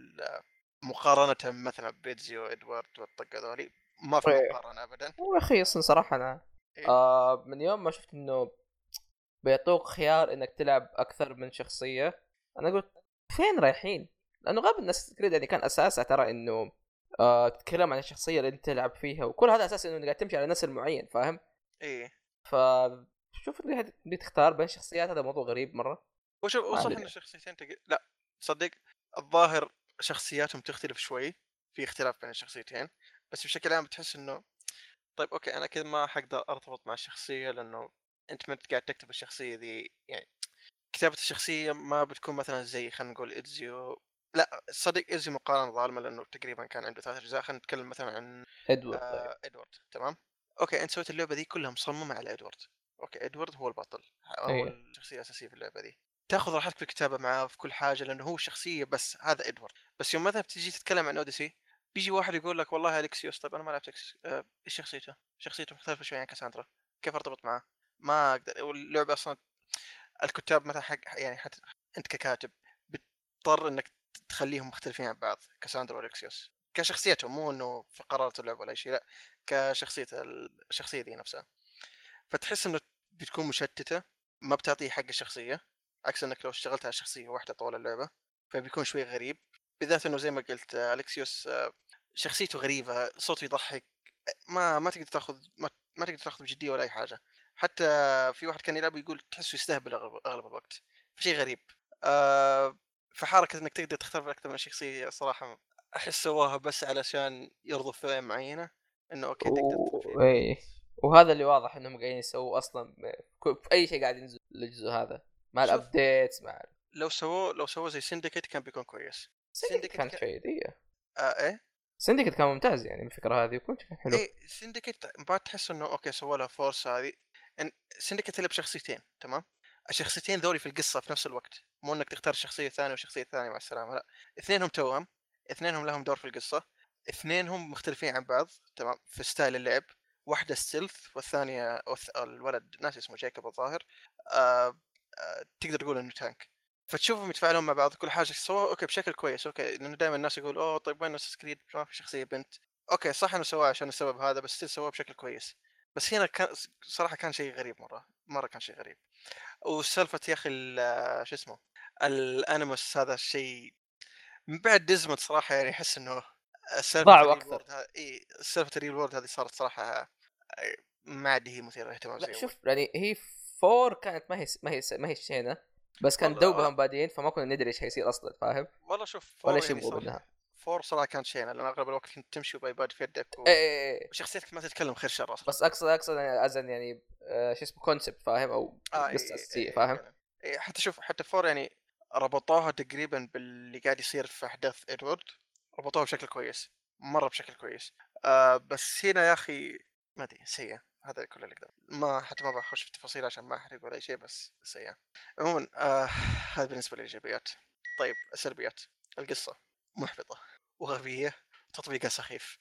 مقارنة مثلا بيتزيو ادوارد والطق هذولي ما في ايه. مقارنة ابدا. هو اخي اصلا صراحه انا إيه؟ من يوم ما شفت انه بيعطوك خيار انك تلعب اكثر من شخصيه انا قلت فين رايحين؟ لانه غالب الناس كريد يعني كان اساسها ترى انه تتكلم عن الشخصيه اللي انت تلعب فيها وكل هذا اساس انه قاعد تمشي على نسل معين فاهم. ايه ف شوف اللي بتختار بين شخصيات هذا موضوع غريب مره. وشوف ما وصح ان ادري. الشخصيتين لا تصدق الظاهر شخصياتهم تختلف شوي. في اختلاف بين الشخصيتين بس بشكل عام بتحس انه طيب اوكي انا كذا ما حقدر ارتبط مع الشخصية لانه انت ما أنت قاعد تكتب الشخصية ذي يعني كتابة الشخصية ما بتكون مثلا زي خلينا نقول إدزيو. لا صدق إدزيو مقارنة ظالمة لأنه تقريبا كان عنده 3 أجزاء. خلينا نتكلم مثلا عن ادوارد طيب. إدوارد تمام. أوكي أنت سويت اللعبة دي كلها مصممة على إدوارد. أوكي إدوارد هو البطل هو ايه. الشخصية الأساسية في اللعبة دي. تاخذ راحتك في الكتابة معاه في كل حاجة لأنه هو شخصية بس هذا إدوارد. بس يوم مثلا بتجي تتكلم عن أوديسي بيجي واحد يقول لك والله أليكسيوس طيب أنا ما لعبت إيش شخصيته مختلفة شوي عن كاساندرا. كيف أرتبط معاه؟ ما أقدر. واللعبة أصلا الكتاب مثلا حق يعني حتى انت ككاتب بتضطر انك تخليهم مختلفين عن بعض كاساندرا والكسيوس كشخصيتهم مو انه في قرارة اللعبة ولا شيء لا كشخصية الشخصية دي نفسها. فتحس انه بتكون مشتته، ما بتعطيه حق الشخصيه، عكس انك لو اشتغلت على شخصيه واحده طول اللعبه فبيكون شوي غريب. بالذات انه زي ما قلت الكسيوس شخصيته غريبه، صوته يضحك، ما تقدر تاخذ ما تقدر تاخذ بجديه ولا اي حاجه. حتى في واحد كان يلعب يقول تحسه يستهبل اغلب الوقت، فشيء غريب. أه فحركه انك تقدر تختار اكثر من شخصيه صراحه احس سواها بس علشان يرضوا فئه معينه، انه اوكي تقدر تضيف ايه، وهذا اللي واضح انهم قاعدين يسووا اصلا في اي شيء قاعد ينزل الجزء هذا مع شوف الابديتس مع لو سووا زي سندكيت كان بيكون كويس. سندكت سندكيت كانت جيدة. ايه سندكت كان ممتاز يعني الفكرة هذه وكنت كان حلو. ايه سندكيت ما تحس انه اوكي سووا لها فورس هذه. ان سندكيت اللي بشخصيتين تمام، الشخصيتين ذولي في القصه في نفس الوقت، مو انك تختار شخصيه ثانيه وشخصيه ثانيه مع السلامه، لا، اثنينهم توأم، اثنينهم لهم دور في القصه، اثنينهم مختلفين عن بعض تمام في ستايل اللعب. واحده ستيلث والثانيه الولد ناس اسمه جايكوب الظاهر تقدر تقول انه تانك. فتشوفهم يتفاعلون مع بعض كل حاجه سووها اوكي بشكل كويس. اوكي لانه دائما الناس يقول اوه طيب وين اساس كريد ما في شخصيه بنت. اوكي صح انه سواه عشان السبب هذا بس سواه بشكل كويس. بس هنا كان صراحه كان شيء غريب مره كان شيء غريب. وسالفه يا اخي شو اسمه الانيموس هذا الشيء من بعد ديزموند صراحه يعني احس انه سالفه ضاعوا الريل اكثر. وورد سالفه الريل وورد هذه صارت صراحه ما عاد هي مثيره للاهتمام لا زي اول. شوف يعني هي فور كانت ما هي شينة، بس كان والله دوبهم بادين فما كنا ندري ايش حيصير اصلا فاهم والله شوف ولا فور ايش يعني يبغوا صراحه منها. فور صراحه كان شيء لان اغلب الوقت كنت تمشي وبايباد في يدك ايه إيه، إيه. وشخصيتك ما تتكلم خير شر اصلا. بس اقصد يعني ازن يعني شو اسمه كونسبت فاهم او قصة اي اساسية اي فاهم. فعلا. إيه حتى شوف حتى فور يعني ربطوها تقريبا باللي قاعد يصير في احداث ادوارد، ربطوها بشكل كويس مره بشكل كويس. بس هنا يا اخي ما ادري سيء. هذا كل اللي اقدر ما حتى ما بخش في التفاصيل عشان ما احرق ولا اي شيء بس سيء. عموما هذا بالنسبه للايجابيات. طيب السلبيات، القصه محبطه وغبيه وتطبيقها سخيف.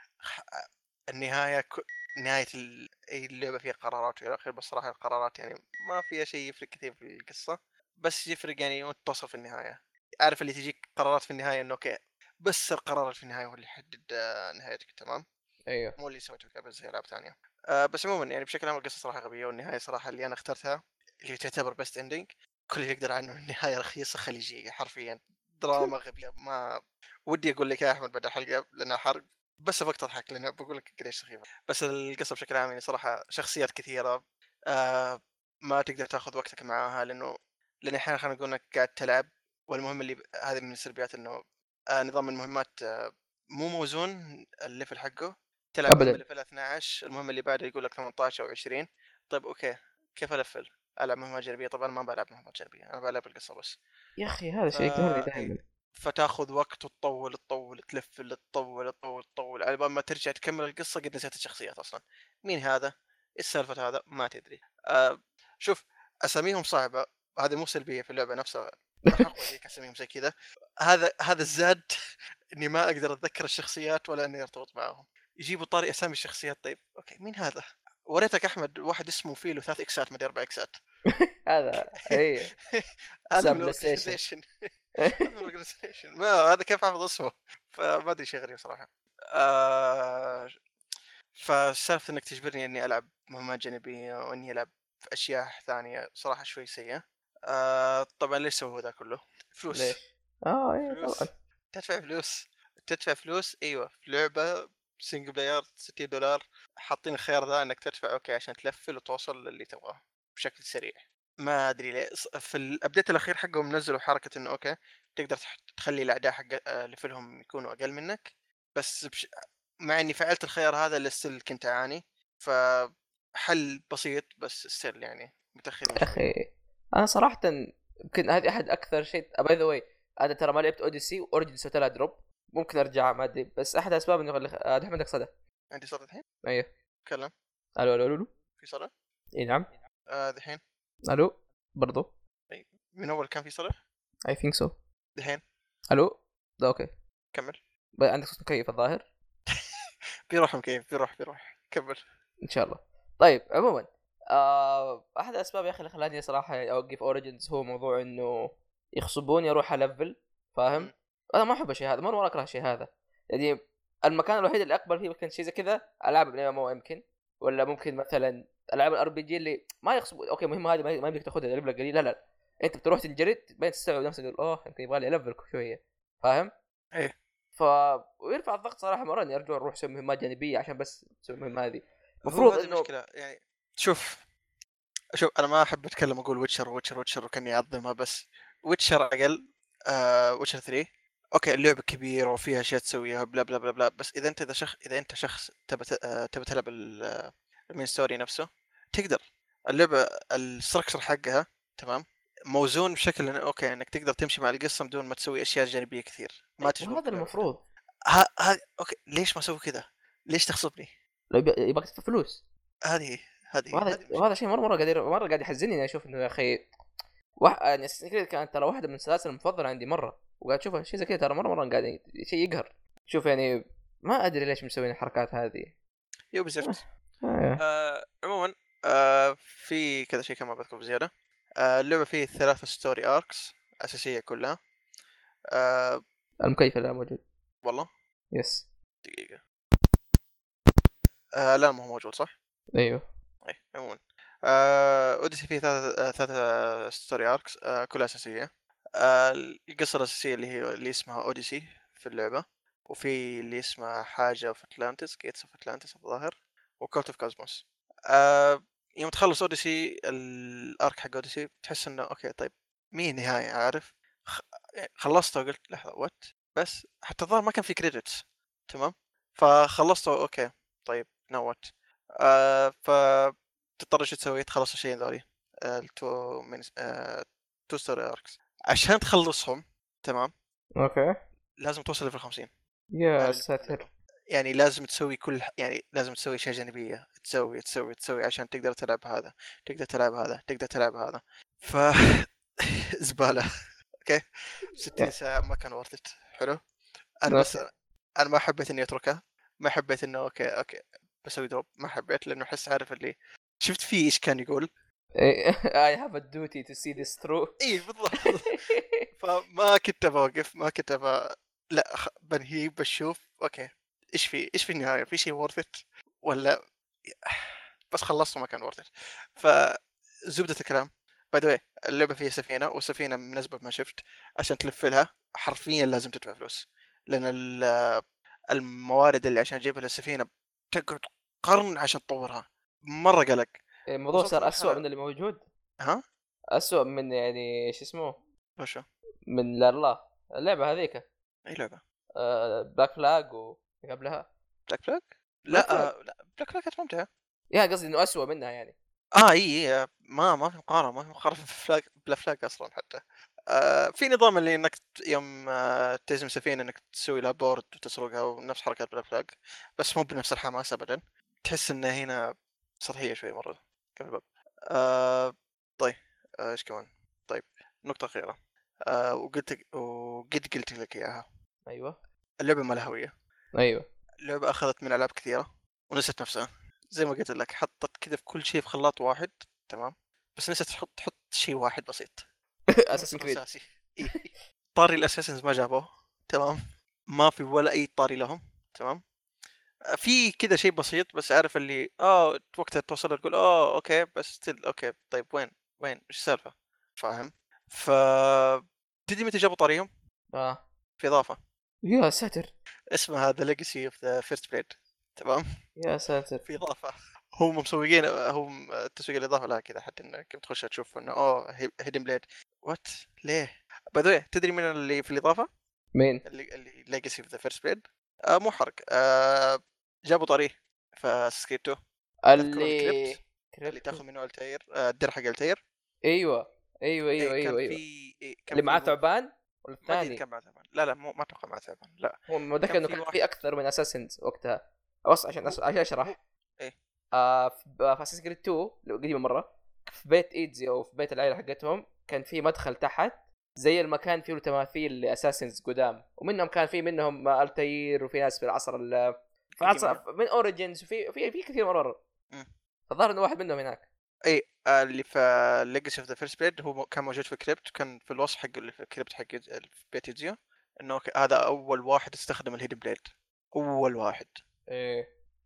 النهايه نهايه اللعبه فيها قرارات والى اخره، بس صراحه القرارات يعني ما فيها شيء يفرق كثير في القصه، بس يفرق يعني وانت توصل في النهايه. عارف اللي تجيك قرارات في النهايه انه اوكي بس القرار في النهايه هو اللي يحدد نهايتك تمام، ايوه مو اللي سويته قبل زي العاب ثانيه. بس عموما يعني بشكل عام القصه صراحه غبيه، والنهايه صراحه اللي انا اخترتها اللي تعتبر بست اندنج كل اللي يقدر عنه النهايه رخيصه خليجيه حرفيا، دراما غبيه. ما ودي اقول لك يا احمد بعد الحلقه لانها حرق، بس ابغى اضحك لان بقول لك قديش سخيفه. بس القصه بشكل عام يعني صراحه شخصيات كثيره آه ما تقدر تاخذ وقتك معاها لان احيانا خلينا نقول انك قاعد تلعب، والمهم اللي هذه من السلبيات انه نظام المهمات مو موزون الليفل حقه. تلعب مهمه ابدا. ليفل 12 المهمه اللي بعدها يقول لك 18 او 20. طيب اوكي كيف الفل العب مهمات جانبيه؟ طبعا ما بلعب مهمات جانبيه انا بلعب القصه بس. يا اخي هذا ف شيء يقهرني إيه. دائما. فتاخذ وقت وتطول تطول على بال ما ترجع تكمل القصه قد نسيت الشخصيات اصلا. مين هذا؟ ايش سالفه هذا؟ ما تدري. شوف اساميهم صعبه، هذه مو سلبيه في اللعبه نفسها، راح اقوى ذيك اساميهم زي كذا. هذا الزاد اني ما اقدر اتذكر الشخصيات ولا اني ارتبط معاهم. يجيبوا طاري اسامي الشخصيات. طيب اوكي مين هذا؟ وريتك احمد واحد اسمه فيلو 3 اكسات ما ادري 4 اكسات. هذا اي هذا حساب من بلاي ستيشن. الاورجنايزيشن. هذا من الاورجنايزيشن ما هذا كيف حافظ اسمه؟ فما ادري شيء غريب صراحه. آه فسالفه انك تجبرني اني العب مهمات جانبيه واني العب في اشياء ثانيه صراحه شوي سيئه. طبعا ليش سووا ذا كله؟ فلوس. ليش؟ اه ايه طبعا. فلوس تدفع فلوس ايوه في لعبه سنجل بلاير $60 حاطين الخيار ذا انك تدفع اوكي عشان تلفل وتوصل للي تبغاه بشكل سريع. ما ادري ليه في الابديت الاخير حقهم نزلوا حركه انه اوكي تقدر تخلي الاعداء حق ليفلهم يكونوا اقل منك، بس مع اني فعلت الخيار هذا للستيل كنت اعاني. فحل بسيط بس ستيل يعني متاخرين يا شوي. اخي انا صراحه يمكن هذه احد اكثر شيء باي ذا واي. انا ترى ما لعبت اوديسي واوريجن سويت لها دروب، ممكن ارجع ما ادري بس احد الاسباب انه دحين عندك صدى. عندي صوت الحين؟ ايوه. تكلم. الو الو الو. في صدى؟ اي نعم. دحين؟ الو برضو. أي. من اول كان في صدى؟ اي ثينك سو. دحين؟ الو ده اوكي. كمل. عندك صوت مكيف الظاهر. بيروح مكيف بيروح كمل. ان شاء الله. طيب عموما احد الاسباب يا اخي اللي خلاني صراحه اوقف اوريجنز هو موضوع انه يخصبوني اروح الفل فاهم. مم. انا ما احب الشيء هذا مره اكره الشيء هذا. يعني المكان الوحيد اللي اقبل فيه ممكن شيء زي كذا العاب الام ام او يمكن، ولا ممكن مثلا العاب الار بي جي اللي ما يقصد اوكي مهمه هذه ما بدك تاخذها ليفل قليل، لا لا انت بتروح تنجرد بين تستوعب نفسك تقول اوه يمكن يبغى لي ليفل شويه، فاهم؟ ايه ف ويرفع الضغط صراحه مره اني ارجع اروح اسوي مهمات جانبيه عشان بس اسوي المهمه هذه. هو المفروض هذه انه المشكله يعني. شوف انا ما احب اتكلم اقول ويتشر وكاني اعظمها، بس ويتشر اقل. ويتشر 3 اوكي اللعبه كبيره وفيها اشياء تسويها بلا بلا بلا بلا، بس اذا انت شخص تبى تلعب المين ستوري نفسه تقدر. اللعبه الستركشر حقها تمام موزون بشكل اوكي انك تقدر تمشي مع القصه بدون ما تسوي اشياء جانبيه كثير ما وهذا تشغلك لعبتها. المفروض. اوكي ليش ما اسوي كذا؟ ليش تغصبني؟ لو يبغى تدفع فلوس. هذه وهذا المشكله. شيء مره قاعد يحزنني اني اشوف انه يا اخي يعني كذا كانت ترى واحده من السلاسل المفضله عندي مره، وقاعد اشوفها شيء زي كذا ترى مره قاعد شيء يقهر. شوف يعني ما ادري ليش مسوين الحركات هذه. يو بزفت. آه. عموما في كذا شيء كمان بذكر بزياده. اللعبه فيه 3 ستوري اركس اساسيه كلها. آه المكيف لا موجود. والله يس. دقيقه. لا ما هو موجود صح. ايوه. اي عموما اوديسي فيه 3 ستوري اركس كلها اساسيه. القصه الاساسيه اللي اسمها اوديسي في اللعبه، وفي اللي اسمها حاجه اوف اتلانتس جيتس اوف اتلانتس الظاهر، وكورت اوف كوزموس. يوم تخلص اوديسي الارك حق اوديسي تحس انه اوكي طيب مين نهايه عارف. خلصته وقلت لحظه وات، بس حتى الظاهر ما كان في كريدتس تمام. فخلصته اوكي طيب نو وات. ف تضطر ايش تسوي؟ تخلص الشيء ذولي التو من تو ستوري اركس عشان تخلصهم تمام. اوكي. لازم توصل ليفل 50. يا هذا اللي في ساتر. اللعبة. يعني لازم تسوي يعني لازم تسوي اشياء جانبيه تسوي عشان تقدر تلعب هذا، تقدر تلعب هذا. ف زباله. اوكي 60 ساعه ما كان ورثت حلو. انا بس اوكي. انا ما حبيت اني اتركها. ما حبيت انه اوكي بسوي دروب. ما حبيت لانه احس عارف اللي شفت فيه ايش كان يقول. I have a duty to see this through. اي بالضبط. فما كنت بوقف ما كنت لا بنهي بشوف اوكي ايش في النهايه في شيء ورثت ولا. بس خلصت ما كان ورثت. فزبده الكلام باي ذا اللعبه فيها سفينه، والسفينه بالنسبه ما شفت عشان تلف لها حرفيا لازم تدفع فلوس، لان الموارد اللي عشان تجيبها للسفينه تقعد قرن عشان تطورها. مره قلق. الموضوع وصلت صار أسوأ مرحله من اللي موجود. ها أسوأ من يعني شو اسمه وشو من لا الله اللعبة هذيك. اي لعبه بلاك فلاج وقبلها بلاك فلاج. بلاك فلاج. لا بلاك فلاج كانت ممتعه. يا قصدي انه أسوأ منها يعني. اي ما في مقارنه في فلاج بلا فلاج اصلا حتى. في نظام اللي انك يوم تهزم سفينه انك تسوي لها بورد وتسرقها ونفس حركات بلا فلاج، بس مو بنفس الحماس ابدا. تحس انه هنا سطحيه شوي مره كيف الباب. آه طيب ايش كمان. طيب نقطه اخيره. وقد قلت لك اياها. ايوه. اللعبه ما لها هويه. ايوه. اللعبه اخذت من العاب كثيره ونسيت نفسها. زي ما قلت لك حطت كذا في كل شيء في خلاط واحد تمام، بس نسيت تحط شيء واحد بسيط. اساسن عنصر كريد. اساسي. إيه. طاري الاساسنز ما جابوه تمام. ما في ولا اي طاري لهم تمام. في كذا شيء بسيط بس عارف اللي وقتها توصل تقول اوكي بس اوكي طيب وين ايش السالفه فاهم. ف تدري متى جابوا طاريهم؟ اه. في اضافه يا ساتر. اسمها ذا ليجاسي اوف ذا فيرست بليد تمام. يا ساتر. في اضافه هم مسوقين هم تسويق الاضافه لها كذا حتى انك تخش تشوف انه هيدن بليد وات ليه. باي ذا تدري من اللي في الاضافه؟ مين؟ اللي ليجاسي اوف ذا فيرست بليد. مو حرق. جابوا طريه فسكيتو. تذكرون اللي الكريبت اللي كريبتو. تاخذ منه التاير الدرع حق التاير. ايوه ايوه ايوه اي كان ايوه في ايوه. كان اللي في معاه هو ثعبان ولا ما ادري اذا الثاني؟ كان معه ثعبان. لا مو ما اتوقع معه ثعبان لا. هو متذكر كان انه في كان في واحد اكثر من اساسنز وقتها. بس عشان هو عشان هو اشرح. ايه في اساسن كريد 2 لو قديمه مره، في بيت ايدزي او في بيت العائله حقتهم كان في مدخل تحت زي المكان فيه تماثيل لاساسنز قدام، ومنهم كان في منهم التاير وفي ناس في العصر في قديم عصر ايوه. من اوريجينز في كثير مرات. مم. الظاهر انه واحد منهم هناك. اي اللي في ليجاسي اوف ذا فيرست بليد هو كان موجود في كريبت، كان في الوصف حق اللي في كريبت حق في بيت يوزيو انه هذا اول واحد استخدم الهيدن بليد. اول واحد ايه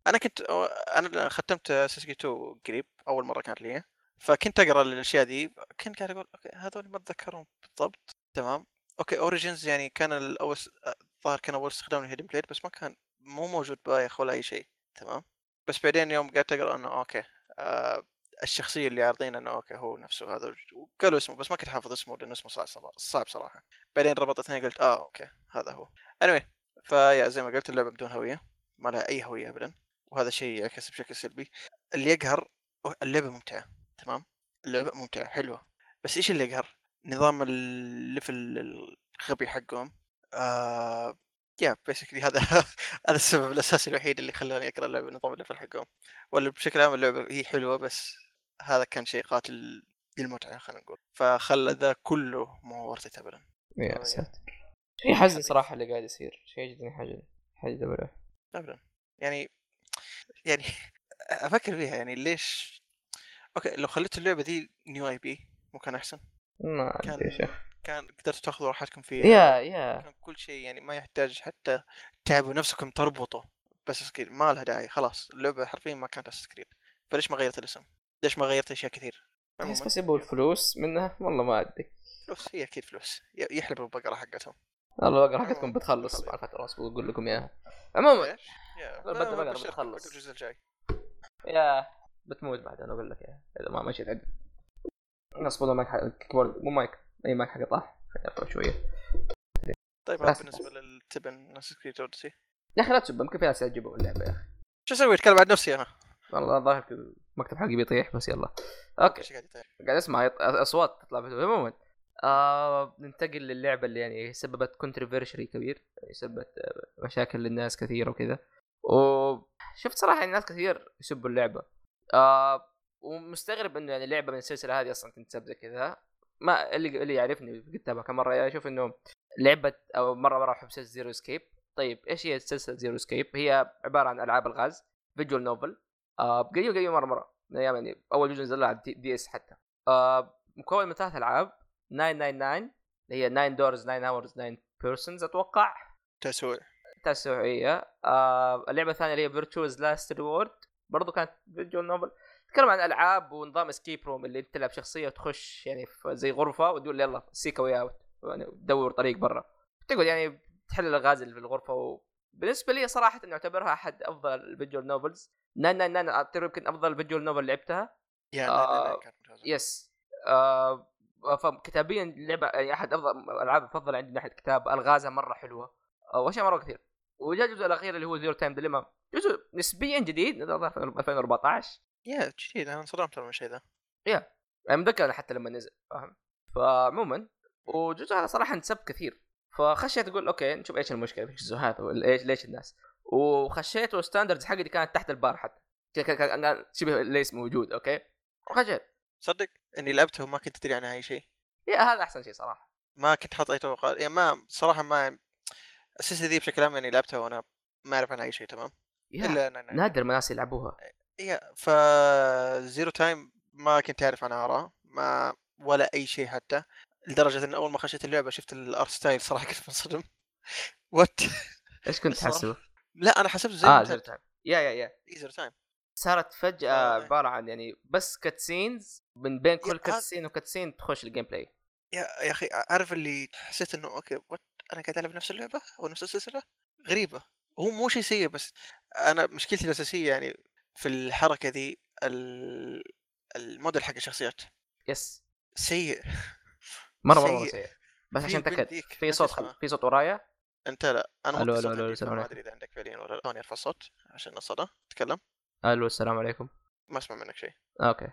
انا ختمت ساسكي 2 قريب، اول مره كانت لي، فكنت اقرا الاشياء دي، كنت قاعد اقول اوكي هذول ما اتذكرهم بالضبط. تمام. اوكي اوريجينز يعني كان الاول الظاهر كان اول استخدام للهيدن بليد، بس ما كان مو موجود بايخ ولا اي شيء. تمام. بس بعدين يوم قعدت اقرا انه اوكي الشخصيه اللي عارضين انه اوكي هو نفسه هذا، وقالوا اسمه بس ما كنت حافظ اسمه لانه اسمه صعب صراحه. بعدين ربطت اثنين قلت اوكي هذا هو. anyway فيا زي ما قلت اللعبه بدون هويه، ما لها اي هويه ابدا، وهذا شيء يعكس بشكل سلبي. اللي يقهر اللعبه ممتعه، تمام، اللعبه ممتعه حلوه، بس ايش اللي يقهر؟ نظام الليفل الغبي حقهم. يا بيسكلي هذا هذا السبب الاساسي الوحيد اللي خلاني اقرا اللعبه، نظام الليفل حقهم. ولا بشكل عام اللعبه هي حلوه، بس هذا كان شيء قاتل للمتعه خلينا نقول، فخلى ذا كله مو ورثة ابدا. يا ساتر، شيء حزن صراحه اللي قاعد يصير، شيء جدا حزن ابدا ابدا. يعني افكر فيها يعني ليش. اوكي لو خليت اللعبه دي نيو اي بي مو كان احسن؟ ما ادري يا شيخ. كان قدرتوا تاخذوا راحتكم فيها، يا كان كل شيء يعني ما يحتاج حتى تعبوا نفسكم تربطوا. بس سكرين ما لها داعي، خلاص اللعبه حرفيا ما كانت سكرين، فليش ما غيرت الاسم؟ ليش ما غيرت اشياء كثير؟ تحس عموما بس يبغوا الفلوس منها، والله ما ادري. فلوس، هي اكيد فلوس، يحلبوا البقره حقتهم. والله البقرة حقتكم عموما بتخلص خليه. مع الفترة، اصبر اقول لكم اياها. عموما ايش؟ يا البقرة بشركم باقي بتخلص، الجزء الجاي. يا بتموت بعد، انا اقول لك يا اذا ما مشيت عدل. اصبر مايك كيبورد مو مايك، اي مايك حقه طاح، خليني ارفع شويه. طيب هذا بالنسبه للتبن سكريت اوديسي. يا اخي لا تسب، يمكن في ناس يعجبوا اللعبه يا اخي. شو اسوي؟ اتكلم عن نفسي انا. والله الظاهر المكتب حقي بيطيح، بس يلا اوكي. ايش قاعد يطير؟ قاعد اسمع اصوات تطلع. عموما ننتقل للعبه اللي يعني سببت كونتروفيرشري كبير، يعني سببت مشاكل للناس كثيره وكذا. وشفت صراحه يعني ناس كثير يسبوا اللعبه. ومستغرب انه يعني لعبه من السلسله هذه اصلا تنسب زي كذا. ما اللي يعرفني كتابها كم مره يشوف انه لعبه او مره احب سلسله زيرو اسكيب. طيب ايش هي سلسله زيرو اسكيب؟ هي عباره عن العاب الغاز، فيجوال نوفل. قديم مره من ايام يعني اول جزء نزل على دي اس حتى. مكون من 3 العاب: 999 اللي هي 9 دورز 9 اورز 9 بيرسونز اتوقع، تسوية. اللعبه الثانيه اللي هي فيرتشوز لاست ريورد، برضو كانت فيجوال نوفل، تتكلم عن العاب ونظام اسكيب روم، اللي انت تلعب شخصيه وتخش يعني في زي غرفه وتقول يلا سيك واي اوت، يعني تدور طريق برا، تقعد يعني تحل الغاز اللي في الغرفه. بالنسبه لي صراحه نعتبرها احد افضل الفيجوال نوفلز. 999 اعتبر يمكن افضل فيجوال نوفل لعبتها. يا لا كانت ممتازه. يس. فكتابيا اللعبه يعني احد افضل الالعاب المفضله عندي من ناحيه كتاب، الغازها مره حلوه واشياء مره كثير. وجاء الجزء الاخير اللي هو زيرو تايم ديليما، جزء نسبيا جديد نزل 2014. يا جديد، انا انصدمت من الشيء ذا. يا يعني متذكر انا حتى لما نزل، فاهم. فعموما وجزء هذا صراحه انسب كثير، فخشيت اقول اوكي نشوف ايش المشكله في الجزء هذا، ايش ليش الناس. وخشيت والستاندردز حقتي كانت تحت البار، حتى كان شبه ليس موجود. اوكي وخشيت. صدق اني لعبته وما كنت ادري عنها اي شيء. يا هذا احسن شيء صراحه، ما كنت حاط اي توقعات يعني، ما صراحه ما السلسله دي بشكل عام يعني لعبتها وانا ما اعرف عنها اي شيء. تمام. الا نادر ما ناس يلعبوها. يا زيرو تايم ما كنت اعرف عنها اراء ما ولا اي شيء، حتى لدرجه ان اول ما خشيت اللعبه شفت الارت ستايل صراحه كنت منصدم. وات ايش كنت تحسبه؟ لا انا حسبته زي زيرو تايم. يا زيرو تايم صارت فجأة عبارة عن يعني بس كاتسينز، من بين كل كاتسين وكاتسين تخش الجيم بلاي. يا اخي عارف اللي حسيت انه اوكي انا قاعد العب نفس اللعبه او نفس السلسله غريبه. هو مو شيء سيء، بس انا مشكلتي الاساسيه يعني في الحركه ذي الموديل حق الشخصيات يس سيء مرة سيء. بس عشان تاكد في صوت في صوت ورايا. انت لا انا الو الو الو السلام ما عليكم. ادري اذا عندك فعليا ولا لا. ثاني ارفع الصوت عشان الصدى تتكلم. الو السلام عليكم. ما اسمع منك شيء. اوكي.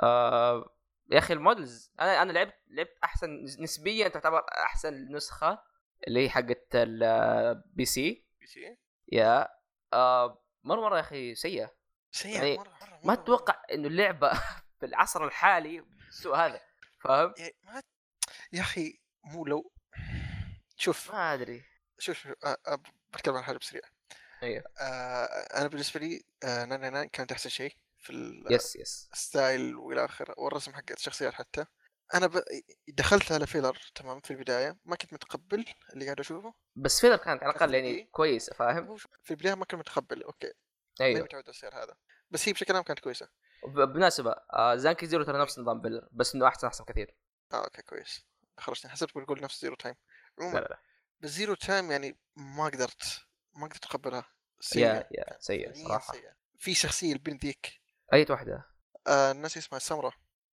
يا اخي المودلز انا لعبت احسن نسبيا، تعتبر احسن نسخة اللي هي حقت البي سي. يا مرة يا اخي سيئة يعني. مرة ما اتوقع انه اللعبة في العصر الحالي بالسوء هذا، فاهم. يا اخي مو لو شوف ما ادري شوف بتكلم عن حاجه بسريع. ايوه انا بالنسبه لي نانا كانت احسن شيء في الستايل والى اخره والرسم حق الشخصيات. حتى انا دخلت على فيلر تمام في البدايه ما كنت متقبل اللي قاعد اشوفه، بس فيلر كانت على الاقل يعني كويسه، فاهم. في البدايه ما كنت متقبل اوكي ايوه متعود على السير هذا، بس هي بشكل عام كانت كويسه. بالمناسبه زانكي زيرو ترى نفس نظام بيلر بس انه احسن كثير. اوكي كويس، خرجتني حسبت بقول نفس زيرو تايم. لا عموما لا لا بس زيرو تايم يعني ما قدرت اتقبلها، سيئه، يا كان سيء فعليا صراحه. سيئه. في شخصيه البنت ذيك، اي واحده الناس اسمها سمرة.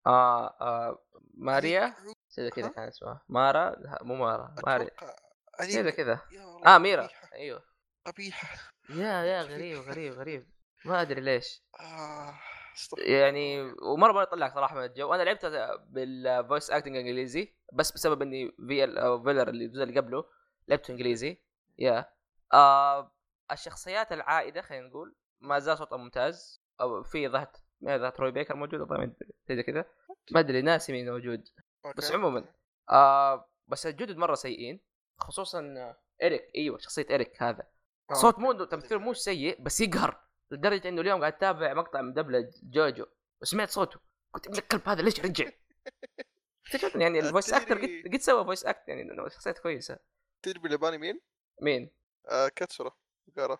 هذيك ماريا زي كذا ها كان اسمها مارا، لا مو مارا، ماريا اتوقع كذا هذيك. كذا. يا والله ميرا قبيحه ايوه. قبيحه. يا وجه غريب غريب غريب ما ادري ليش. آه استغفر الله يعني العظيم. ومره يطلعك صراحه من الجو. انا لعبت بالفويس اكتنج انجليزي بس بسبب اني في او فيلر اللي الجزء اللي قبله لعبته انجليزي. يا الشخصيات العائده خلينا نقول ما زال صوتها ممتاز. او في ظهرت روي بيكر موجود طبعا زي كذا ما ادري ناسي مين موجود. بس اوكي عموما بس الجدد مره سيئين خصوصا إيريك. ايوه شخصيه إيريك هذا صوت مو تمثيل مو سيء بس يقهر لدرجه انه اليوم قاعد اتابع مقطع مدبلج جوجو وسمعت صوته قلت ابن الكلب هذا ليش رجع. اكتشفت يعني الفويس اكتر قد سوى فويس اكت يعني انه شخصيته كويسه. تدري بالياباني مين؟ مين؟ كاتسورا قارا.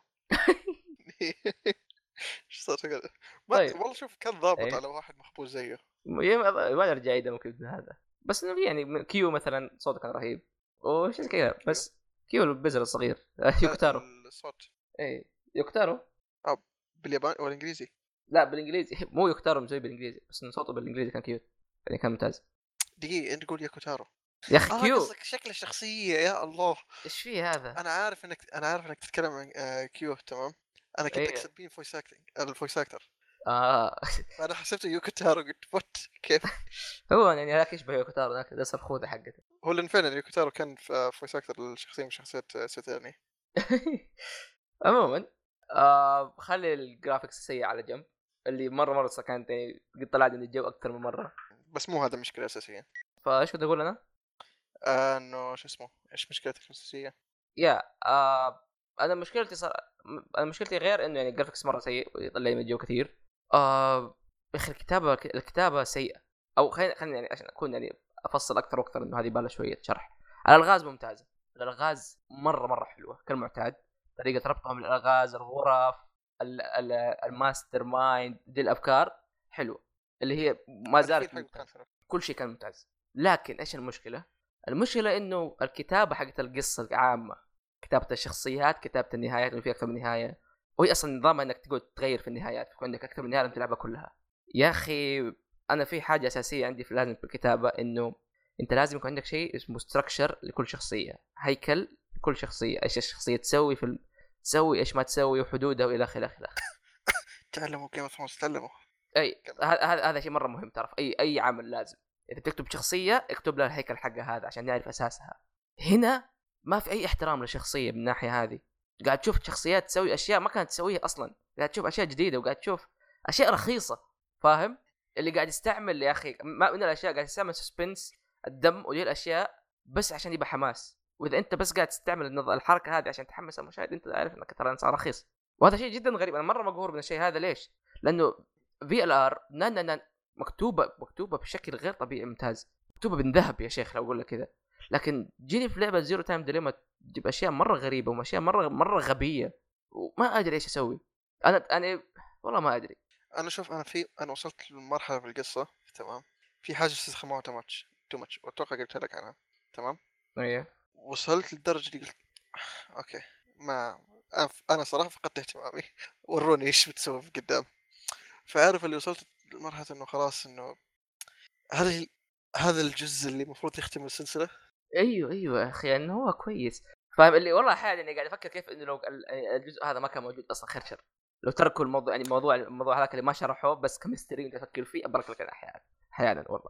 ايش صار كذا؟ ما طيب والله شوف كان ضابط ايه على واحد محبوس زيه. ما ارجع عيده ممكن ابن هذا بس انه يعني كيو مثلا صوته كان رهيب وش كذا كيو بس كيو البزر الصغير يوكتارو. الصوت اي يوكتارو. بالياباني ولا انجليزي؟ لا بالانجليزي مو يوكتارو زي بالانجليزي بس انه صوته بالانجليزي كان كيوت يعني كان ممتاز. دقيقة انت تقول ياكوتارو. يا اخي كيو قصدك شكل الشخصية، يا الله. ايش فيه هذا. انا عارف انك تتكلم عن كيو، تمام. انا كنت ايه اقصد بين فويس اكتنج الفويس اكتر، آه. فانا حسبته يوكوتارو قلت وات كيف. هو يعني هذاك يشبه يوكوتارو ذاك ذا الخوذه حقته. هو لان فعلا يوكوتارو كان في فويس اكتر للشخصية من شخصيات سيتاني. عموما خلي الجرافيكس السيء على جنب اللي مره كانت يعني قد طلعت من الجو اكثر من مره. بس مو هذا المشكلة الاساسية. فايش كنت اقول انا؟ انه شو اسمه، ايش مشكلتك الاساسية؟ يا انا مشكلتي انا مشكلتي غير انه يعني الجرافيكس مره سيء ويطلع من الجو كثير. يا اخي الكتابه سيئه. او خلينا يعني عشان اكون يعني افصل اكثر واكثر انه هذه بالها شويه شرح. الالغاز ممتازه. الالغاز مره حلوه كالمعتاد. طريقه ربطهم للالغاز الغرف الماستر مايند دي الافكار حلوه اللي هي ما زالت ممتازه. كل شيء كان ممتاز. لكن ايش المشكله انه الكتابه حقت القصه العامه كتابه الشخصيات كتابه النهايات اللي فيها اكثر من نهايه وهي اصلا نظامها انك تقعد تغير في النهايات يكون عندك اكثر من نهايه تلعبها كلها. يا اخي انا في حاجه اساسيه عندي لازم في الكتابه انه انت لازم يكون عندك شيء اسمه ستراكشر لكل شخصيه هيكل لكل شخصيه ايش الشخصيه تسوي تسوي ايش ما تسوي وحدودها والى اخره تعلموا كيف ثرونز تعلموا. اي هذا شيء مره مهم تعرف اي عمل لازم اذا تكتب شخصيه اكتب لها الهيكل حقها هذا عشان نعرف اساسها. هنا ما في اي احترام للشخصيه من الناحيه هذه. قاعد تشوف شخصيات تسوي اشياء ما كانت تسويها اصلا قاعد تشوف اشياء جديده وقاعد تشوف اشياء رخيصه فاهم اللي قاعد يستعمل يا اخي ما من الاشياء قاعد يستعمل سسبنس الدم ودي الاشياء بس عشان يبقى حماس. واذا انت بس قاعد تستعمل الحركه هذه عشان تحمس المشاهد انت عارف انك ترى انسان رخيص. وهذا شيء جدا غريب. انا مره مقهور من الشيء هذا. ليش؟ لانه في ال ار مكتوبه بشكل غير طبيعي ممتاز. مكتوبه من ذهب يا شيخ لو اقول لك كذا. لكن جيني في لعبه زيرو تايم ديليما تجيب اشياء مره غريبه واشياء مره غبيه وما ادري ايش اسوي. انا والله ما ادري. انا وصلت لمرحله في القصه، تمام. في حاجه استخدموها تو ماتش واتوقع قلت لك عنها، تمام. ايوه وصلت للدرجه دي قلت اوكي ما انا صراحه فقدت اهتمامي. وروني ايش بتسوي في قدام. فعارف اللي وصلت لمرحله انه خلاص انه هذا الجزء اللي المفروض يختم السلسله. ايوه يا اخي انه هو كويس فاهم اللي والله احيانا يعني قاعد افكر كيف انه لو الجزء هذا ما كان موجود اصلا خير شر لو تركوا الموضوع يعني الموضوع هذاك اللي ما شرحوه بس كمستري انت تفكر فيه ابرك لك احيانا والله.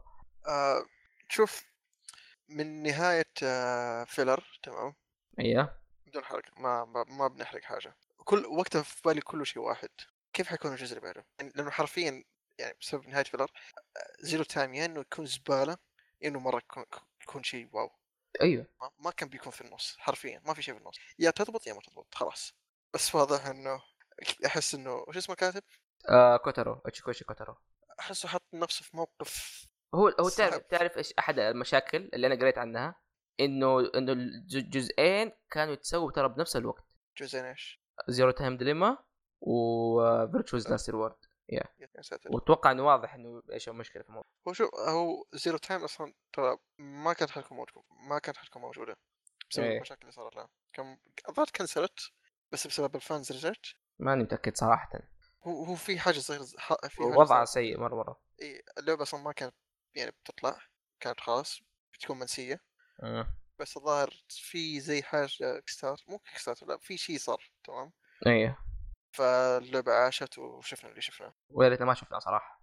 شوف من نهايه فيلر، تمام. ايوه بدون حرق، ما بنحرق حاجه. كل وقتها في بالي كل شيء واحد، كيف حيكون الجزء اللي بعده؟ يعني لانه حرفيا يعني بسبب نهايه فيلر زيرو تايم يا انه يكون زباله يا انه مره يكون شيء واو. ايوه ما كان بيكون في النص، حرفيا ما في شيء في النص، يا تضبط يا ما تضبط خلاص. بس واضح انه احس انه وش اسمه كاتب كوتارو اتشيكوشي كوتارو. احسه حط نفسه في موقف هو صعب. تعرف ايش احد المشاكل اللي انا قريت عنها انه الجزئين كانوا يتسووا ترى بنفس الوقت. جزئين ايش؟ زيرو تايم ديليما وفيرتشوز لاست ريورد. يا ساتر. واتوقع انه واضح انه ايش المشكله في الموضوع. هو شوف، هو زيرو تايم اصلا ترى ما كانت حركه موجوده بسبب ايه المشاكل اللي صارت لها. كم الظاهر كنسلت بس بسبب الفانز رجعت. ماني متاكد صراحه. هو في حاجه صغيره، في حاجه وضعها صارت. سيء مره. إيه، اللعبه اصلا ما كانت يعني بتطلع، كانت خلاص بتكون منسيه. أه. بس الظاهر في زي حاجه كستار، مو كستار، لا في شيء صار تمام. ايه فاللعبه عاشت وشفنا اللي شفناه. ويا ريتنا ما شفنا صراحه.